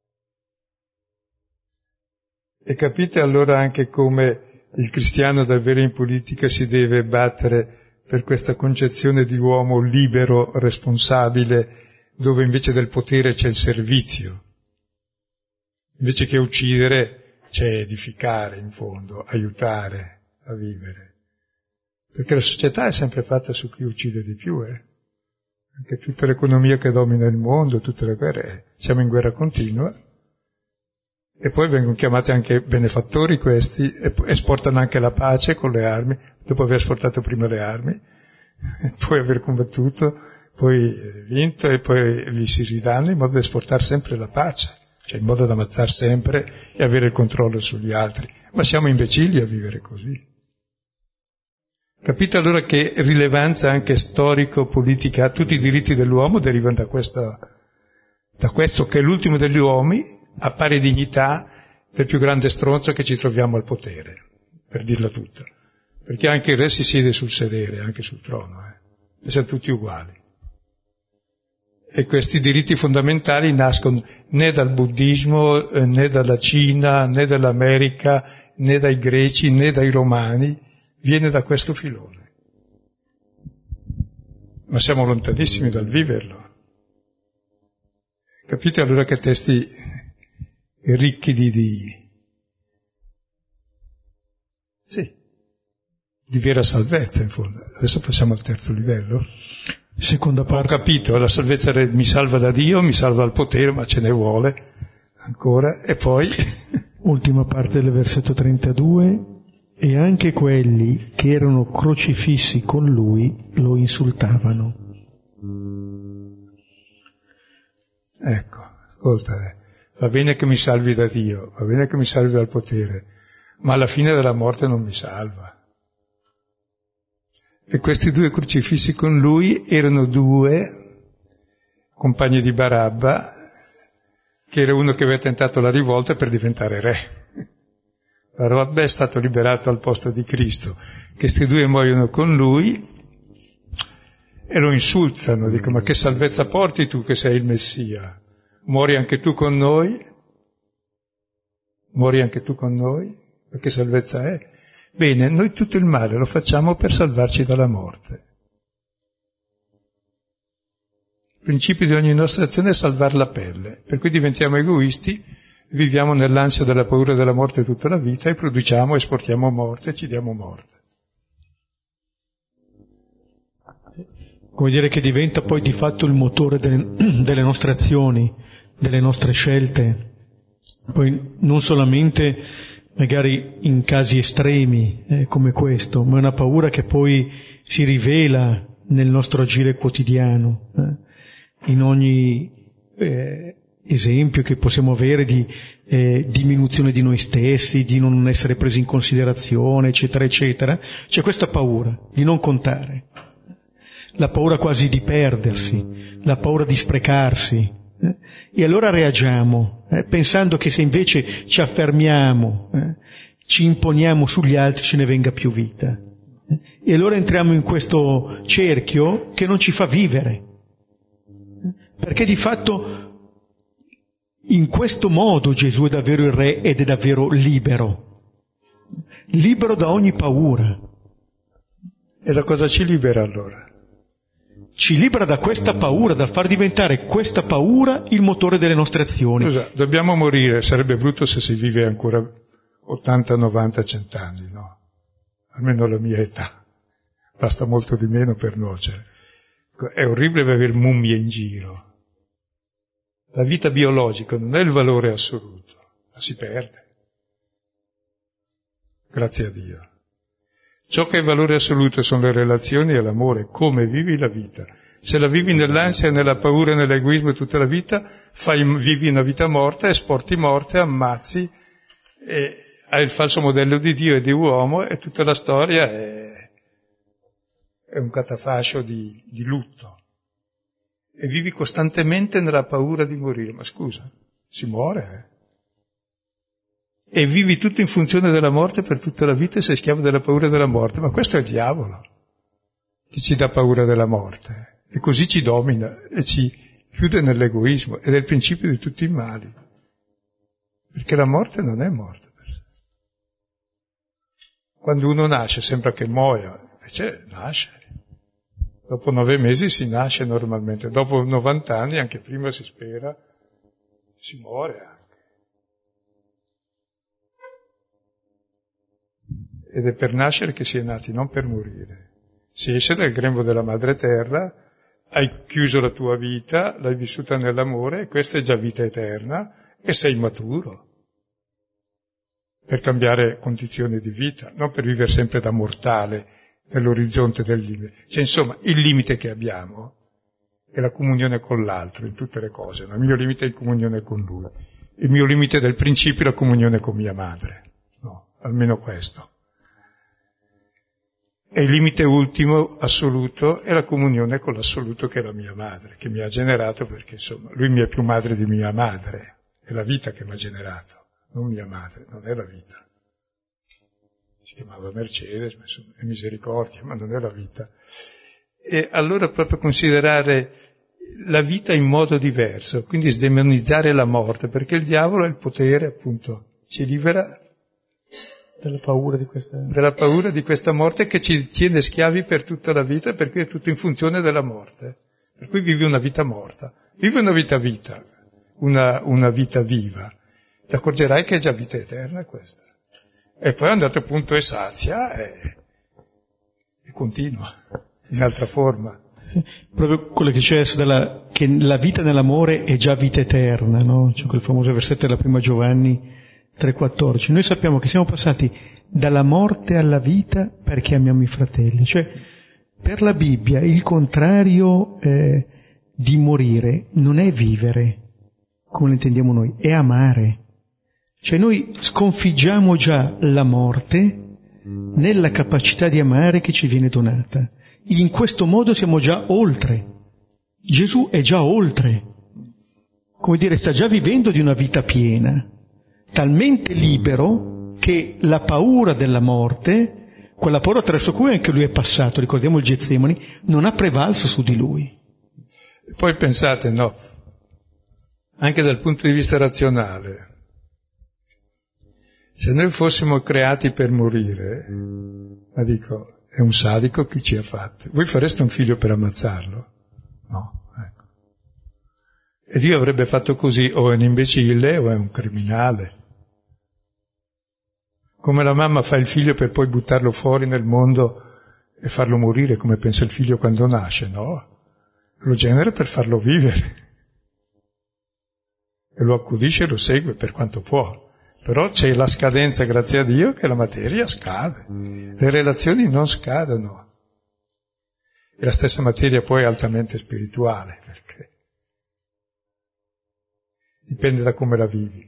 E capite allora anche come il cristiano davvero in politica si deve battere per questa concezione di uomo libero, responsabile, dove invece del potere c'è il servizio. Invece che uccidere c'è edificare in fondo, aiutare a vivere. Perché la società è sempre fatta su chi uccide di più, eh? Anche tutta l'economia che domina il mondo, tutte le guerre, siamo in guerra continua. E poi vengono chiamati anche benefattori questi, e esportano anche la pace con le armi, dopo aver esportato prima le armi, poi aver combattuto, poi vinto, e poi li si ridanno in modo da esportare sempre la pace, cioè in modo da ammazzare sempre e avere il controllo sugli altri. Ma siamo imbecilli a vivere così. Capite allora che rilevanza anche storico-politica ha? Tutti i diritti dell'uomo derivano da questo, da questo che è l'ultimo degli uomini, a pari dignità del più grande stronzo che ci troviamo al potere, per dirla tutta. Perché anche il re si siede sul sedere, anche sul trono, eh? E siamo tutti uguali. E questi diritti fondamentali nascono né dal buddismo, eh, né dalla Cina, né dall'America, né dai greci, né dai romani, viene da questo filone. Ma siamo lontanissimi dal viverlo. Capite allora che testi ricchi di, di sì, di vera salvezza in fondo. Adesso passiamo al terzo livello. Seconda parte. Ho capito, la salvezza mi salva da Dio, mi salva dal potere, ma ce ne vuole ancora. E poi ultima parte del versetto trentadue. E anche quelli che erano crocifissi con lui lo insultavano. Ecco, ascolta, eh. Va bene che mi salvi da Dio, va bene che mi salvi dal potere, ma alla fine della morte non mi salva. E questi due crocifissi con lui erano due compagni di Barabba, che era uno che aveva tentato la rivolta per diventare re. Barabba è stato liberato al posto di Cristo. Questi due muoiono con lui e lo insultano, dicono: ma che salvezza porti tu che sei il Messia? Muori anche tu con noi? Muori anche tu con noi? Ma che salvezza è? Bene, noi tutto il male lo facciamo per salvarci dalla morte. Il principio di ogni nostra azione è salvare la pelle, per cui diventiamo egoisti, viviamo nell'ansia della paura della morte tutta la vita e produciamo, esportiamo morte e ci diamo morte. Come dire che diventa poi di fatto il motore delle, delle nostre azioni, delle nostre scelte, poi non solamente magari in casi estremi eh, come questo, ma è una paura che poi si rivela nel nostro agire quotidiano, eh, in ogni eh, esempio che possiamo avere di eh, diminuzione di noi stessi, di non essere presi in considerazione, eccetera, eccetera. C'è questa paura di non contare, la paura quasi di perdersi, la paura di sprecarsi. Eh? E allora reagiamo, eh, pensando che se invece ci affermiamo, eh, ci imponiamo sugli altri, ce ne venga più vita. Eh? E allora entriamo in questo cerchio che non ci fa vivere. Eh? Perché di fatto in questo modo Gesù è davvero il Re ed è davvero libero. Libero da ogni paura. E da cosa ci libera allora? Ci libera da questa paura, dal far diventare questa paura il motore delle nostre azioni. Scusa, dobbiamo morire, sarebbe brutto se si vive ancora ottanta, novanta, cento anni, no? Almeno la mia età. Basta molto di meno per nuocere. È orribile avere mummie in giro. La vita biologica non è il valore assoluto, ma si perde. Grazie a Dio. Ciò che è valore assoluto sono le relazioni e l'amore, come vivi la vita. Se la vivi nell'ansia, nella paura e nell'egoismo tutta la vita, fai, vivi una vita morta, esporti morte, ammazzi, e hai il falso modello di Dio e di uomo e tutta la storia è, è un catafascio di, di lutto. E vivi costantemente nella paura di morire. Ma scusa, si muore, eh? E vivi tutto in funzione della morte per tutta la vita e sei schiavo della paura della morte. Ma questo è il diavolo che ci dà paura della morte e così ci domina e ci chiude nell'egoismo ed è il principio di tutti i mali, perché la morte non è morte per sé. Quando uno nasce sembra che muoia, invece nasce. Dopo nove mesi si nasce normalmente, dopo novanta anni, anche prima si spera, si muore anche. Ed è per nascere che si è nati, non per morire. Si esce dal grembo della madre terra, hai chiuso la tua vita, l'hai vissuta nell'amore, e questa è già vita eterna, e sei maturo per cambiare condizioni di vita, non per vivere sempre da mortale nell'orizzonte del limite. Cioè, insomma, il limite che abbiamo è la comunione con l'altro in tutte le cose. Il mio limite è in comunione con lui. Il mio limite del principio è la comunione con mia madre. No, almeno questo. E il limite ultimo, assoluto, è la comunione con l'assoluto che è la mia madre, che mi ha generato, perché insomma, lui mi è più madre di mia madre, è la vita che mi ha generato, non mia madre, non è la vita. Si chiamava Mercedes, ma insomma, è misericordia, ma non è la vita. E allora proprio considerare la vita in modo diverso, quindi sdemonizzare la morte, perché il diavolo ha il potere, appunto, ci libera della paura di questa... della paura di questa morte che ci tiene schiavi per tutta la vita, perché è tutto in funzione della morte. Per cui vivi una vita morta, vivi una vita vita, una, una vita viva. Ti accorgerai che è già vita eterna questa. E poi a un dato punto è sazia e, e continua, in altra forma. Sì, proprio quello che c'è adesso della, che la vita nell'amore è già vita eterna, no? C'è quel famoso versetto della prima Giovanni tre quattordici. Noi sappiamo che siamo passati dalla morte alla vita perché amiamo i fratelli. Cioè, per la Bibbia il contrario eh, di morire non è vivere, come lo intendiamo noi, è amare. Cioè noi sconfiggiamo già la morte nella capacità di amare che ci viene donata. In questo modo siamo già oltre. Gesù è già oltre. Come dire, sta già vivendo di una vita piena, talmente libero che la paura della morte, quella paura attraverso cui anche lui è passato, ricordiamo il Getsemani, non ha prevalso su di lui. E poi pensate, no, anche dal punto di vista razionale, se noi fossimo creati per morire, ma dico, è un sadico chi ci ha fatto? Voi fareste un figlio per ammazzarlo? No, ecco. E Dio avrebbe fatto così, o è un imbecille o è un criminale. Come la mamma fa il figlio per poi buttarlo fuori nel mondo e farlo morire, come pensa il figlio quando nasce, no? Lo genera per farlo vivere. E lo accudisce e lo segue per quanto può. Però c'è la scadenza, grazie a Dio, che la materia scade. Le relazioni non scadono. E la stessa materia poi è altamente spirituale, perché dipende da come la vivi.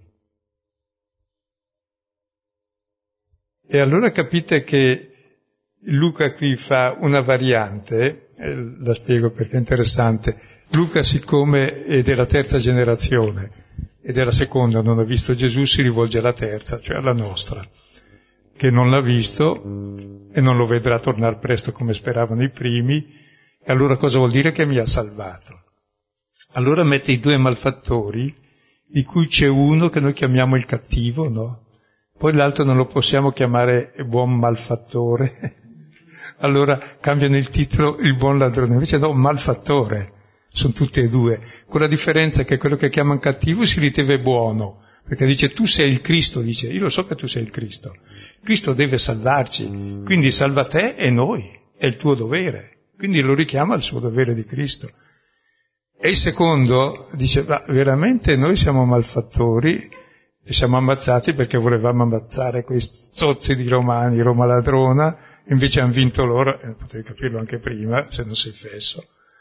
E allora capite che Luca qui fa una variante, eh, la spiego perché è interessante. Luca, siccome è della terza generazione e della seconda non ha visto Gesù, si rivolge alla terza, cioè alla nostra, che non l'ha visto e non lo vedrà tornare presto come speravano i primi. E allora cosa vuol dire? Che mi ha salvato. Allora mette i due malfattori, di cui c'è uno che noi chiamiamo il cattivo, no? Poi l'altro non lo possiamo chiamare buon malfattore. Allora cambiano il titolo, il buon ladrone, invece no, malfattore, sono tutti e due, con la differenza che quello che chiamano cattivo si ritiene buono, perché dice tu sei il Cristo, dice io lo so che tu sei il Cristo, Cristo deve salvarci, quindi salva te e noi, è il tuo dovere, quindi lo richiama al suo dovere di Cristo. E il secondo dice, ma veramente noi siamo malfattori e siamo ammazzati perché volevamo ammazzare quei zozzi di romani, Roma ladrona, invece hanno vinto loro, e potevi capirlo anche prima, se non sei fesso.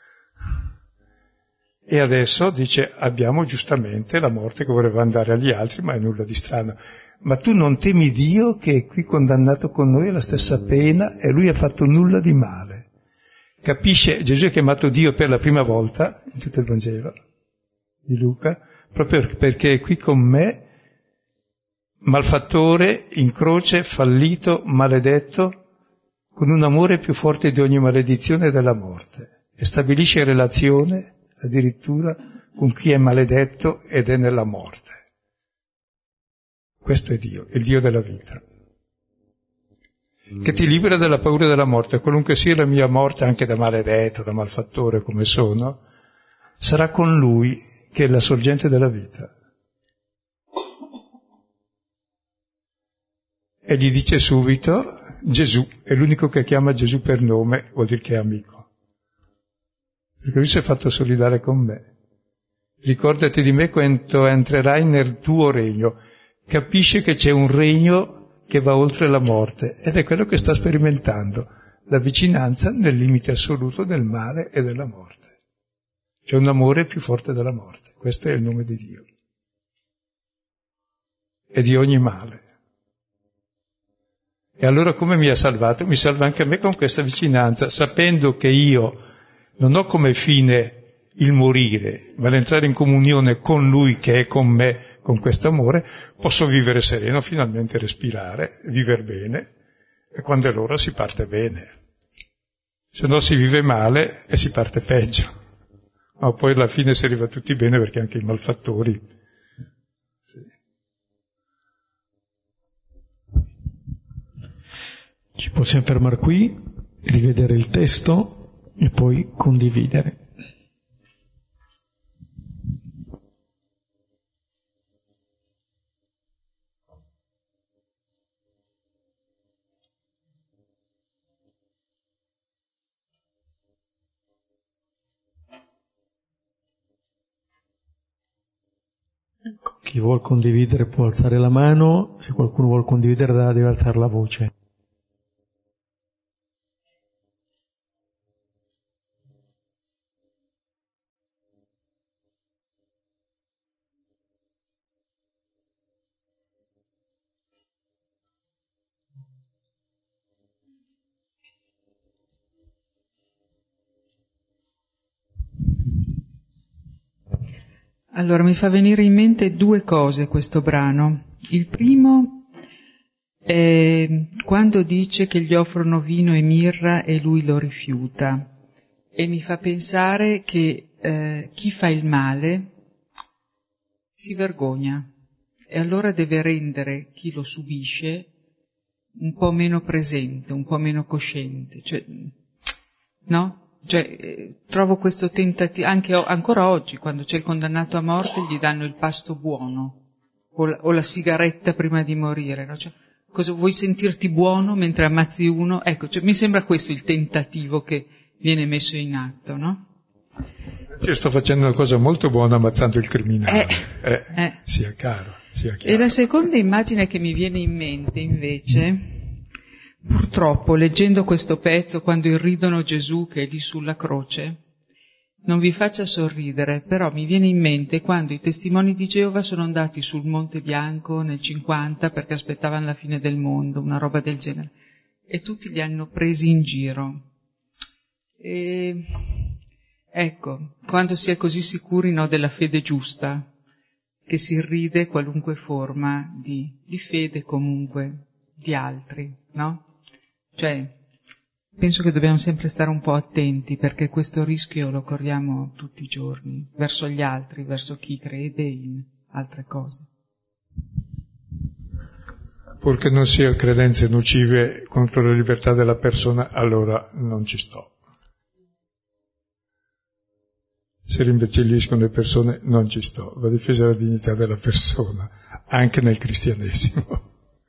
E adesso dice, abbiamo giustamente la morte che voleva dare agli altri, ma è nulla di strano. Ma tu non temi Dio che è qui condannato con noi alla stessa pena e lui ha fatto nulla di male. Capisce, Gesù ha chiamato Dio per la prima volta in tutto il Vangelo di Luca, proprio perché è qui con me, malfattore, in croce, fallito, maledetto, con un amore più forte di ogni maledizione della morte, e stabilisce relazione addirittura con chi è maledetto ed è nella morte. Questo è Dio, il Dio della vita, che ti libera dalla paura della morte, qualunque sia la mia morte, anche da maledetto, da malfattore come sono, sarà con Lui che è la sorgente della vita. E gli dice subito, Gesù, è l'unico che chiama Gesù per nome, vuol dire che è amico. Perché lui si è fatto solidare con me. Ricordati di me quando entrerai nel tuo regno. Capisce che c'è un regno che va oltre la morte, ed è quello che sta sperimentando, la vicinanza nel limite assoluto del male e della morte. C'è un amore più forte della morte, questo è il nome di Dio. E di ogni male. E allora come mi ha salvato? Mi salva anche a me con questa vicinanza, sapendo che io non ho come fine il morire, ma l'entrare in comunione con Lui che è con me, con questo amore, posso vivere sereno, finalmente respirare, vivere bene, e quando è l'ora si parte bene. Se no si vive male e si parte peggio. Ma poi alla fine si arriva tutti bene perché anche i malfattori... Ci possiamo fermare qui, rivedere il testo e poi condividere. Ecco, chi vuol condividere può alzare la mano, se qualcuno vuol condividere deve alzare la voce. Allora, mi fa venire in mente due cose questo brano. Il primo è quando dice che gli offrono vino e mirra e lui lo rifiuta, e mi fa pensare che eh, chi fa il male si vergogna e allora deve rendere chi lo subisce un po' meno presente, un po' meno cosciente, cioè, no? Cioè, eh, trovo questo tentativo, anche o, ancora oggi, quando c'è il condannato a morte, gli danno il pasto buono, o la, o la sigaretta prima di morire, no? Cioè, cosa, vuoi sentirti buono mentre ammazzi uno? Ecco, cioè, mi sembra questo il tentativo che viene messo in atto, no? Io sto facendo una cosa molto buona ammazzando il criminale, eh, eh, eh. sia chiaro, sia chiaro. E la seconda immagine che mi viene in mente, invece, purtroppo, leggendo questo pezzo, quando irridono Gesù che è lì sulla croce, non vi faccia sorridere, però mi viene in mente quando i testimoni di Geova sono andati sul Monte Bianco nel cinquanta perché aspettavano la fine del mondo, una roba del genere, e tutti li hanno presi in giro. E ecco, quando si è così sicuri, no, della fede giusta, che si irride qualunque forma di, di fede comunque di altri, no? Cioè, penso che dobbiamo sempre stare un po' attenti, perché questo rischio lo corriamo tutti i giorni, verso gli altri, verso chi crede in altre cose. Purché non sia credenze nocive contro la libertà della persona, allora non ci sto. Se rimbecilliscono le persone, non ci sto. Va difesa la dignità della persona, anche nel cristianesimo.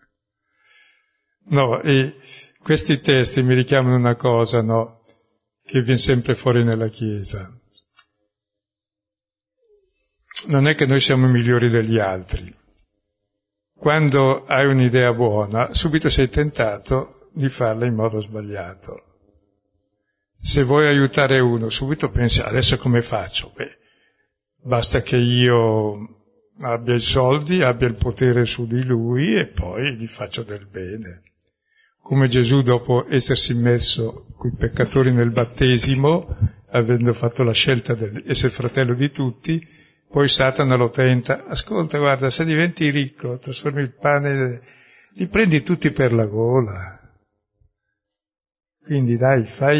No, e questi testi mi richiamano una cosa, no, che viene sempre fuori nella Chiesa. Non è che noi siamo migliori degli altri. Quando hai un'idea buona, subito sei tentato di farla in modo sbagliato. Se vuoi aiutare uno, subito pensi, adesso come faccio? Beh, basta che io abbia i soldi, abbia il potere su di lui e poi gli faccio del bene. Come Gesù, dopo essersi messo coi peccatori nel battesimo, avendo fatto la scelta di essere fratello di tutti, poi Satana lo tenta. Ascolta, guarda, se diventi ricco, trasformi il pane, li prendi tutti per la gola. Quindi dai, fai,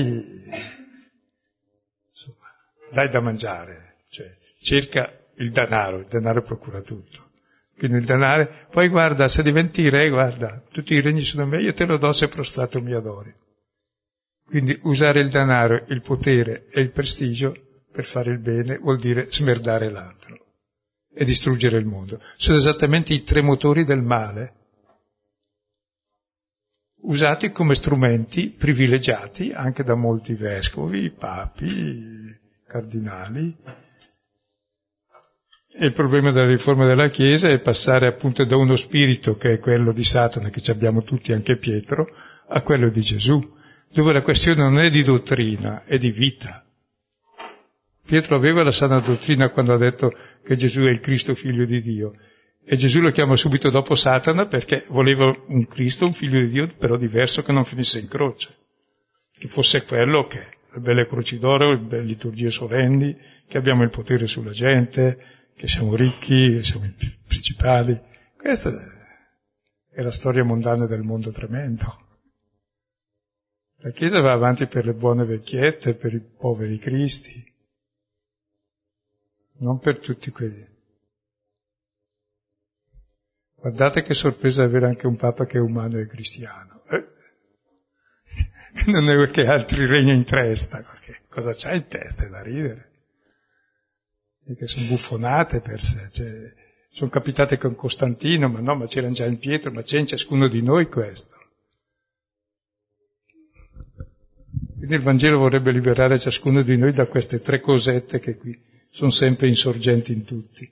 insomma, dai da mangiare, cioè cerca il denaro, il denaro procura tutto. Quindi il denaro, poi guarda, se diventi re, guarda, tutti i regni sono me, io te lo do se prostrato mi adori. Quindi usare il denaro, il potere e il prestigio per fare il bene vuol dire smerdare l'altro e distruggere il mondo. Sono esattamente i tre motori del male, usati come strumenti privilegiati anche da molti vescovi, papi, cardinali. E il problema della riforma della Chiesa è passare appunto da uno spirito che è quello di Satana, che ci abbiamo tutti, anche Pietro, a quello di Gesù, dove la questione non è di dottrina, è di vita. Pietro aveva la sana dottrina quando ha detto che Gesù è il Cristo figlio di Dio, e Gesù lo chiama subito dopo Satana perché voleva un Cristo, un figlio di Dio, però diverso, che non finisse in croce, che fosse quello che le belle croci d'oro, le belle liturgie solenni, che abbiamo il potere sulla gente, che siamo ricchi, che siamo i principali. Questa è la storia mondana del mondo tremendo. La Chiesa va avanti per le buone vecchiette, per i poveri cristi, non per tutti quelli. Guardate che sorpresa avere anche un Papa che è umano e cristiano. Eh? Non è che altri regnano in testa. Cosa c'ha in testa? È da ridere. E che sono buffonate per sé. Cioè, sono capitate con Costantino, ma no, ma c'erano già in Pietro, ma c'è in ciascuno di noi questo. Quindi il Vangelo vorrebbe liberare ciascuno di noi da queste tre cosette che qui sono sempre insorgenti in tutti.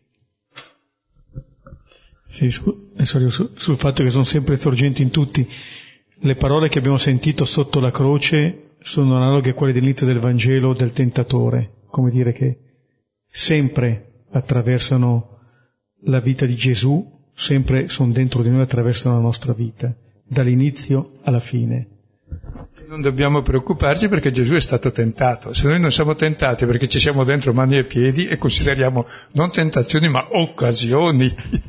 Sì, scu- sorry, su, sul fatto che sono sempre insorgenti in tutti. Le parole che abbiamo sentito sotto la croce sono analoghe a quelle dell'inizio del Vangelo del tentatore, come dire che sempre attraversano la vita di Gesù, sempre sono dentro di noi, attraversano la nostra vita, dall'inizio alla fine. Non dobbiamo preoccuparci perché Gesù è stato tentato. Se noi non siamo tentati perché ci siamo dentro mani e piedi e consideriamo non tentazioni ma occasioni.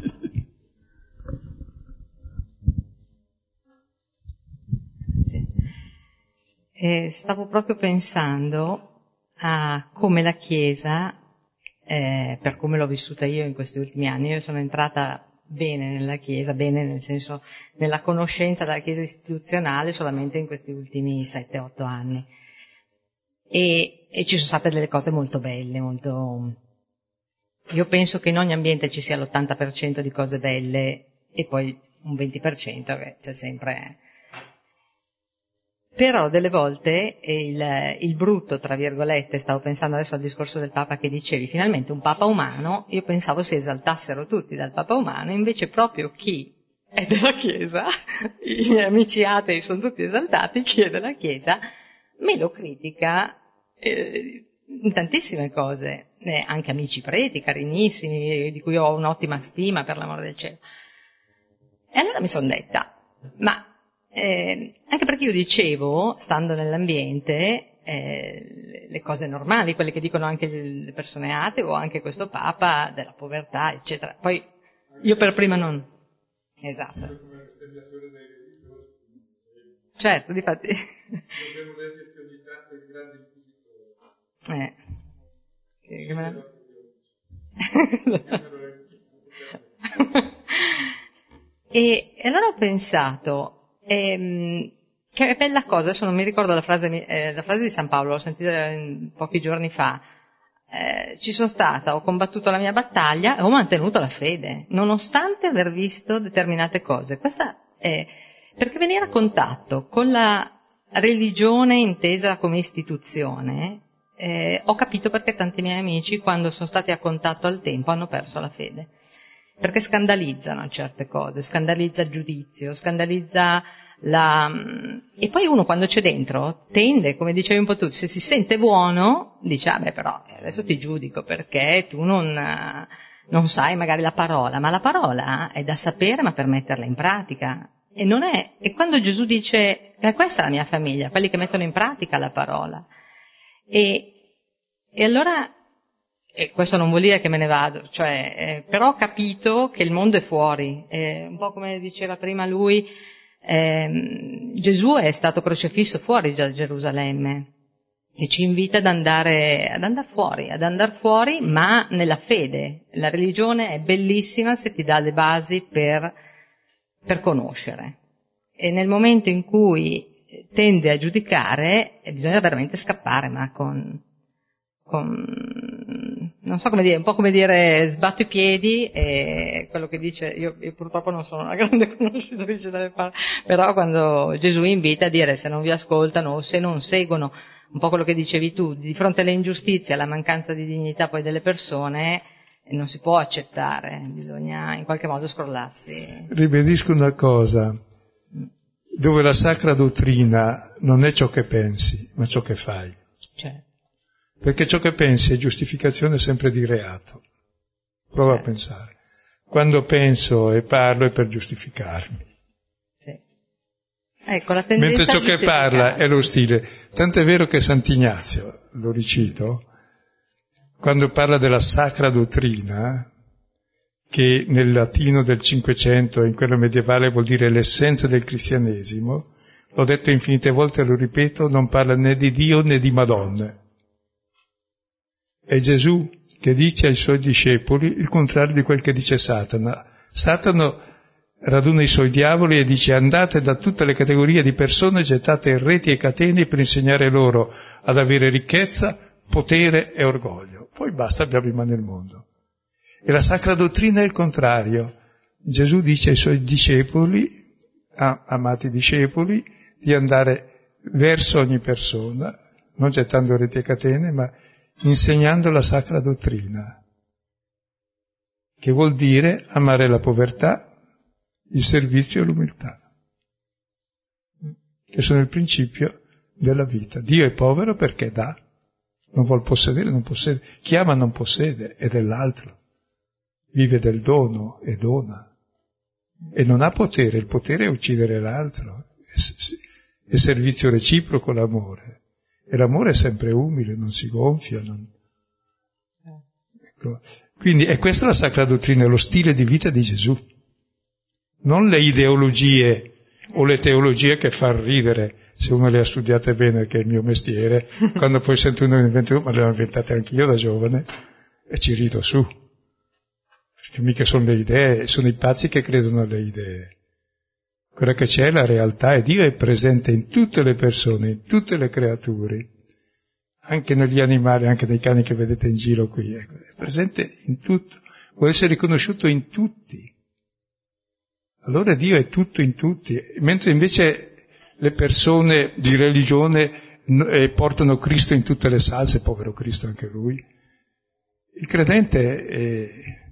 Sì. Eh, stavo proprio pensando a come la Chiesa, eh, per come l'ho vissuta io in questi ultimi anni, io sono entrata bene nella Chiesa, bene nel senso, nella conoscenza della Chiesa istituzionale solamente in questi ultimi sette otto anni. E, e ci sono state delle cose molto belle, molto... Io penso che in ogni ambiente ci sia l'ottanta per cento di cose belle e poi un venti per cento che c'è sempre... Però delle volte il, il brutto, tra virgolette, stavo pensando adesso al discorso del Papa che dicevi, finalmente un Papa umano, io pensavo si esaltassero tutti dal Papa umano, invece proprio chi è della Chiesa, i miei amici atei sono tutti esaltati, chi è della Chiesa me lo critica eh, in tantissime cose, eh, anche amici preti, carinissimi, di cui ho un'ottima stima per l'amore del cielo. E allora mi sono detta, ma... Eh, anche perché io dicevo, stando nell'ambiente, eh, le cose normali, quelle che dicono anche le persone atee o anche questo Papa, della povertà, eccetera. Poi io per prima non... Esatto. Certo, difatti... eh. Che me la... e, e allora ho pensato... Ehm, che bella cosa, adesso non mi ricordo la frase, eh, la frase di San Paolo, l'ho sentita eh, pochi giorni fa, eh, ci sono stata, ho combattuto la mia battaglia e ho mantenuto la fede, nonostante aver visto determinate cose. Questa è perché venire a contatto con la religione intesa come istituzione, eh, ho capito perché tanti miei amici, quando sono stati a contatto al tempo, hanno perso la fede. Perché scandalizzano certe cose, scandalizza il giudizio, scandalizza la... E poi uno quando c'è dentro tende, come dicevi un po' tu, se si sente buono, dice, ah beh però adesso ti giudico perché tu non, non sai magari la parola, ma la parola è da sapere ma per metterla in pratica. E non è... E quando Gesù dice, eh, questa è la mia famiglia, quelli che mettono in pratica la parola. E, e allora... E questo non vuol dire che me ne vado, cioè, eh, però ho capito che il mondo è fuori, eh, un po' come diceva prima lui, eh, Gesù è stato crocifisso fuori da Gerusalemme e ci invita ad andare, ad andare fuori, ad andare fuori ma nella fede. La religione è bellissima se ti dà le basi per, per conoscere e nel momento in cui tende a giudicare eh, bisogna veramente scappare, ma con... con non so come dire, un po' come dire sbatto i piedi e quello che dice, io, io purtroppo non sono una grande conoscitrice delle parole, però quando Gesù invita a dire se non vi ascoltano o se non seguono un po' quello che dicevi tu, di fronte alle ingiustizie, alla mancanza di dignità poi delle persone, non si può accettare, bisogna in qualche modo scrollarsi. Ribadisco una cosa, dove la sacra dottrina non è ciò che pensi, ma ciò che fai. Certo. Perché ciò che pensi è giustificazione sempre di reato. Prova a pensare. Quando penso e parlo è per giustificarmi. Sì. Ecco, la tendenza mentre ciò che parla è lo stile. Tant'è vero che Sant'Ignazio, lo ricito, quando parla della sacra dottrina, che nel latino del Cinquecento e in quello medievale vuol dire l'essenza del cristianesimo, l'ho detto infinite volte e lo ripeto, non parla né di Dio né di Madonna. È Gesù che dice ai suoi discepoli il contrario di quel che dice Satana. Satana raduna i suoi diavoli e dice andate da tutte le categorie di persone gettate in reti e catene per insegnare loro ad avere ricchezza, potere e orgoglio. Poi basta, abbiamo in mano il mondo. E la sacra dottrina è il contrario. Gesù dice ai suoi discepoli, amati discepoli, di andare verso ogni persona, non gettando reti e catene, ma insegnando la sacra dottrina, che vuol dire amare la povertà, il servizio e l'umiltà, che sono il principio della vita. Dio è povero perché dà, non vuol possedere, non possiede, chi ama non possiede, è dell'altro, vive del dono e dona, e non ha potere, il potere è uccidere l'altro, è servizio reciproco l'amore. E l'amore è sempre umile, non si gonfia. Non... Ecco. Quindi è questa la sacra dottrina, lo stile di vita di Gesù. Non le ideologie o le teologie che fanno ridere, se uno le ha studiate bene, che è il mio mestiere, quando poi sento uno inventa, ma le ho inventate anch'io da giovane, e ci rido su. Perché mica sono le idee, sono i pazzi che credono alle idee. Quella che c'è è la realtà, e Dio è presente in tutte le persone, in tutte le creature, anche negli animali, anche nei cani che vedete in giro qui, ecco, è presente in tutto, vuole essere riconosciuto in tutti. Allora Dio è tutto in tutti, mentre invece le persone di religione eh, portano Cristo in tutte le salse, povero Cristo anche lui. Il credente, è,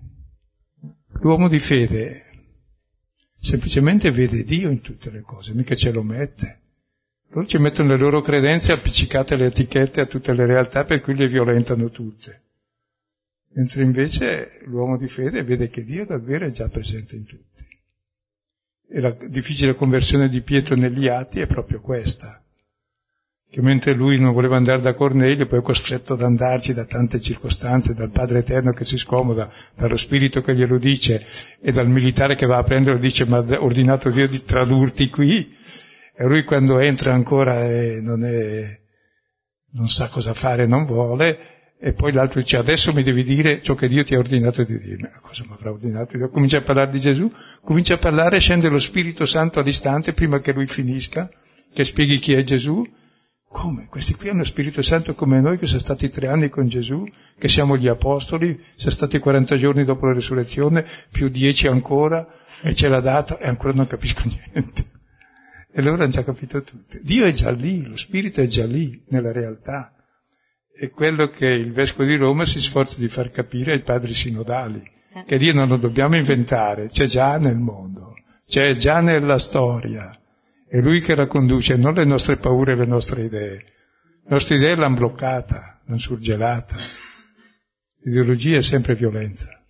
l'uomo di fede, semplicemente vede Dio in tutte le cose, mica ce lo mette. Loro ci mettono le loro credenze appiccicate le etichette a tutte le realtà, per cui le violentano tutte. Mentre invece l'uomo di fede vede che Dio davvero è già presente in tutti. E la difficile conversione di Pietro negli Atti è proprio questa, che mentre lui non voleva andare da Cornelio, poi è costretto ad andarci da tante circostanze, dal Padre Eterno che si scomoda, dallo Spirito che glielo dice, e dal militare che va a prenderlo e dice: ma ha ordinato Dio di tradurti qui? E lui quando entra ancora eh, non, è, non sa cosa fare, non vuole, e poi l'altro dice: adesso mi devi dire ciò che Dio ti ha ordinato di dirmi. Ma cosa mi avrà ordinato Dio? Comincia a parlare di Gesù, comincia a parlare, scende lo Spirito Santo all'istante prima che lui finisca, che spieghi chi è Gesù. Come? Questi qui hanno Spirito Santo come noi, che sono stati tre anni con Gesù, che siamo gli apostoli, siamo stati quaranta giorni dopo la resurrezione, più dieci ancora, e ce l'ha dato, e ancora non capisco niente. E loro hanno già capito tutto. Dio è già lì, lo Spirito è già lì, nella realtà. È quello che il Vescovo di Roma si sforza di far capire ai padri sinodali, che Dio non lo dobbiamo inventare, c'è già nel mondo, c'è già nella storia. È Lui che la conduce, non le nostre paure e le nostre idee. Le nostre idee l'hanno bloccata, l'hanno surgelata. L'ideologia è sempre violenza.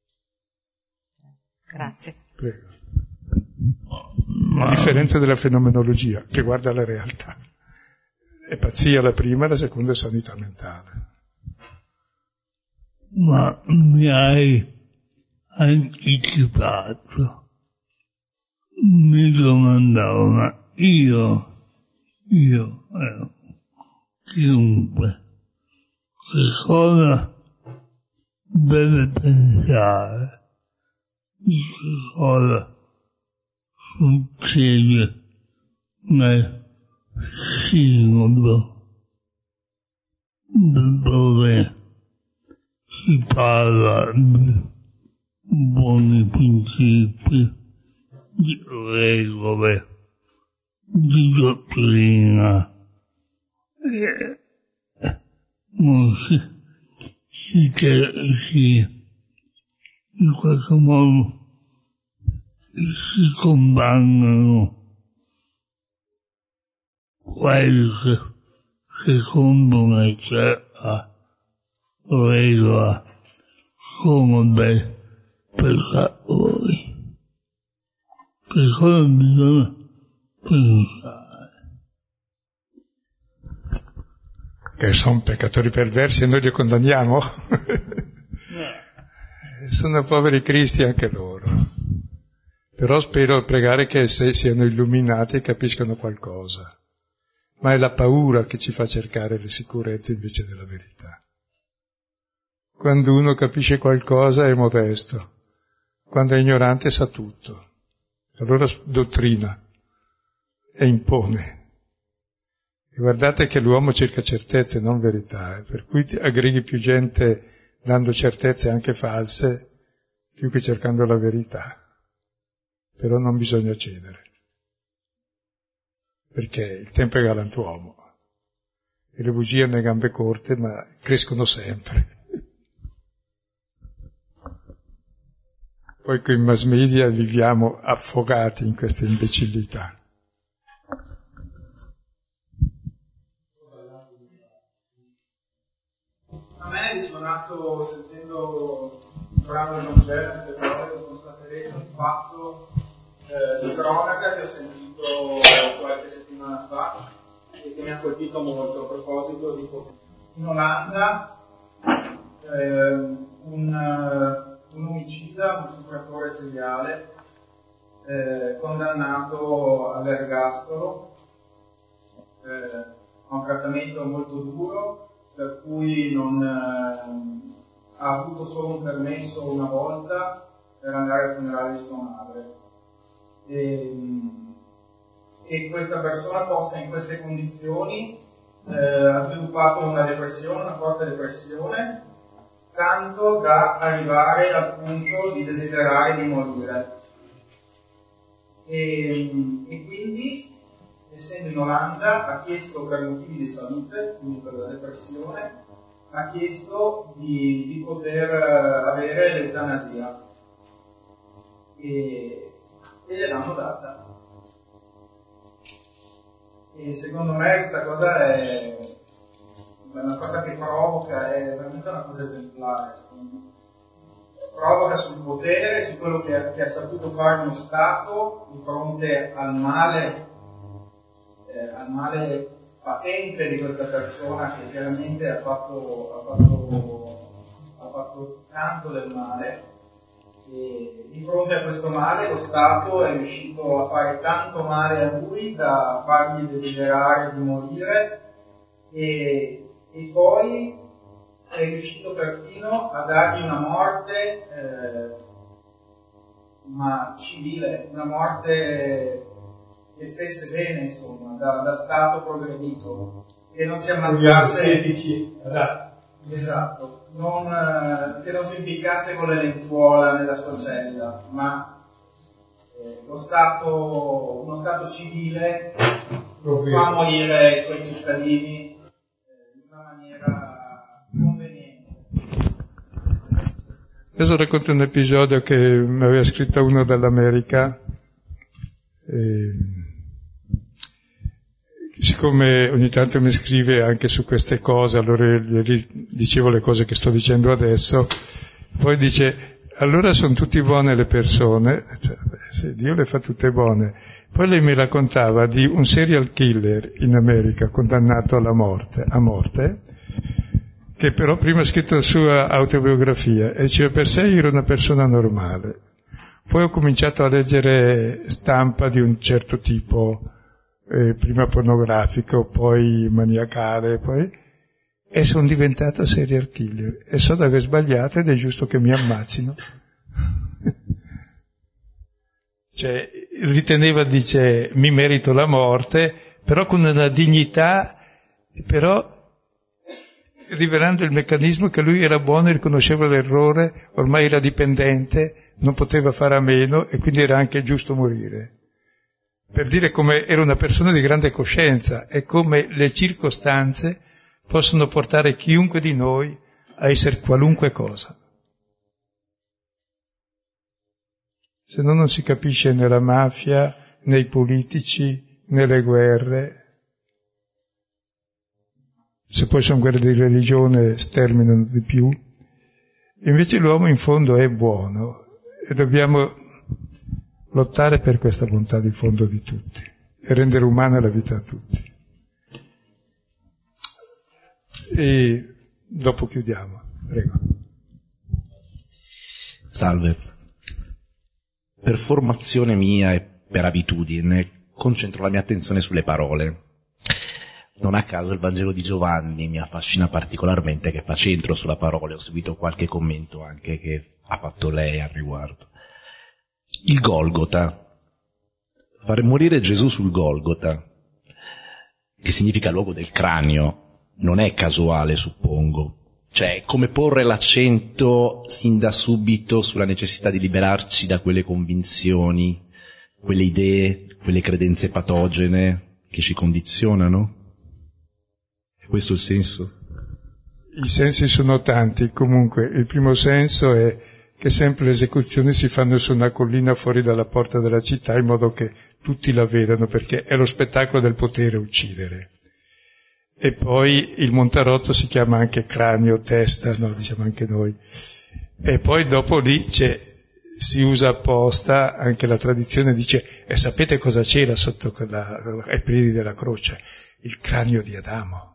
Grazie. Prego. A differenza della fenomenologia, che guarda la realtà. È pazzia la prima, la seconda è sanità mentale. Ma mi hai anticipato. Mi domandavo, ma io, io, eh, chiunque, che cosa deve pensare, che cosa succede nel sinodo, dove si parla di buoni principi, di regole, di dottrina, e non si, si, si in qualche modo si combinano quelli che secondo una certa regola sono dei peccatori. Che cosa bisogna pensare? Che sono peccatori perversi e noi li condanniamo? Sono poveri cristi anche loro. Però spero pregare che se siano illuminati e capiscano qualcosa. Ma è la paura che ci fa cercare le sicurezze invece della verità. Quando uno capisce qualcosa è modesto, quando è ignorante sa tutto. Allora dottrina e impone. E guardate che l'uomo cerca certezze, non verità, eh? Per cui aggreghi più gente dando certezze anche false, più che cercando la verità. Però non bisogna cedere, perché il tempo è galantuomo e le bugie hanno le gambe corte, ma crescono sempre. Poi con i mass media viviamo affogati in queste imbecillità. A me è risuonato, sentendo il programma di John Bennett, le parole che sono state dette, un fatto eh, di cronaca che ho sentito qualche settimana settimana fa e che mi ha colpito molto. A proposito, dico, in Olanda eh, un, un omicida, un stupratore seriale, eh, condannato all'ergastolo, eh, a un trattamento molto duro, per cui non, eh, ha avuto solo un permesso una volta per andare al funerale di sua madre. E, e questa persona, posta in queste condizioni, eh, ha sviluppato una depressione, una forte depressione, tanto da arrivare al punto di desiderare di morire. E, e quindi, essendo in Olanda, ha chiesto per motivi di salute, quindi per la depressione, ha chiesto di, di poter avere l'eutanasia e, e gliel'hanno data. E secondo me questa cosa è una cosa che provoca, è veramente una cosa esemplare. Provoca sul potere, su quello che ha, che ha saputo fare uno Stato di fronte al male, eh, al male patente di questa persona che chiaramente ha fatto, ha fatto, ha fatto tanto del male. E di fronte a questo male lo Stato è riuscito a fare tanto male a lui da fargli desiderare di morire e, e poi è riuscito perfino a dargli una morte eh, ma civile, una morte che stesse bene, insomma, da, da Stato progredito, che non si ammazzasse. Esatto, non, eh, che non si impiccasse con le lenzuola nella sua cella, ma eh, lo stato, uno Stato civile fa morire i suoi cittadini eh, in una maniera conveniente. Adesso racconto un episodio che mi aveva scritto uno dall'America. Eh, siccome ogni tanto mi scrive anche su queste cose, allora gli dicevo le cose che sto dicendo adesso, poi dice, allora sono tutte buone le persone, cioè, beh, sì, Dio le fa tutte buone. Poi lei mi raccontava di un serial killer in America condannato alla morte, a morte, che però prima ha scritto la sua autobiografia e diceva, per sé ero una persona normale. Poi ho cominciato a leggere stampa di un certo tipo, eh, prima pornografico, poi maniacale, poi, e sono diventato serial killer. E so di aver sbagliato ed è giusto che mi ammazzino. Cioè, riteneva, dice, mi merito la morte, però con una dignità, però rivelando il meccanismo che lui era buono, riconosceva l'errore, ormai era dipendente, non poteva fare a meno e quindi era anche giusto morire. Per dire come era una persona di grande coscienza e come le circostanze possono portare chiunque di noi a essere qualunque cosa. Se no non si capisce né la mafia, né i politici, né le guerre. Se poi sono guerre di religione sterminano di più. Invece l'uomo in fondo è buono e dobbiamo lottare per questa bontà di fondo di tutti e rendere umana la vita a tutti. E dopo chiudiamo. Prego. Salve. Per formazione mia e per abitudine concentro la mia attenzione sulle parole. Non a caso il Vangelo di Giovanni mi affascina particolarmente, che fa centro sulla parola. Ho seguito qualche commento anche che ha fatto lei al riguardo. Il Golgota, fare morire Gesù sul Golgota, che significa luogo del cranio, non è casuale, suppongo. Cioè, come porre l'accento sin da subito sulla necessità di liberarci da quelle convinzioni, quelle idee, quelle credenze patogene che ci condizionano? È questo il senso? I sensi sono tanti. Comunque, il primo senso è che sempre le esecuzioni si fanno su una collina fuori dalla porta della città in modo che tutti la vedano, perché è lo spettacolo del potere uccidere. E poi il Montarotto si chiama anche cranio, testa, no, diciamo anche noi. E poi dopo lì c'è, si usa apposta, anche la tradizione dice, e sapete cosa c'era sotto quella, ai piedi della croce? Il cranio di Adamo,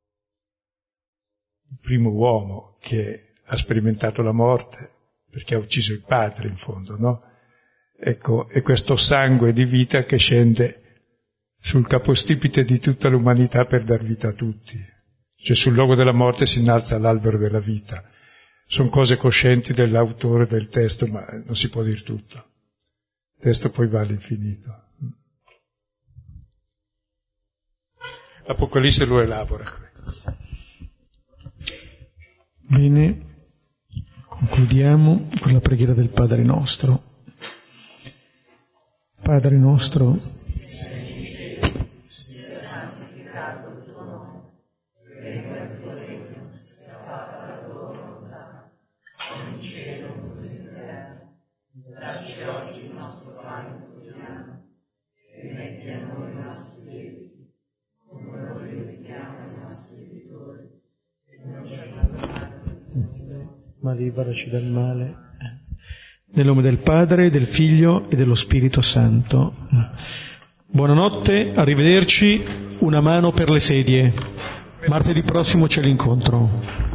il primo uomo che ha sperimentato la morte, perché ha ucciso il padre in fondo, no? Ecco, è questo sangue di vita che scende sul capostipite di tutta l'umanità per dar vita a tutti. Cioè sul luogo della morte si innalza l'albero della vita. Sono cose coscienti dell'autore del testo, ma non si può dire tutto. Il testo poi va all'infinito. L'Apocalisse lo elabora questo. Bene, concludiamo con la preghiera del Padre nostro. Padre nostro, dacci oggi il nostro pane quotidiano, e rimetti a noi i nostri debiti, come noi rimettiamo ai nostri debitori, e non ci abbandonare, ma liberaci dal male. Nel nome del Padre, del Figlio e dello Spirito Santo. Buonanotte, arrivederci, una mano per le sedie. Martedì prossimo c'è l'incontro.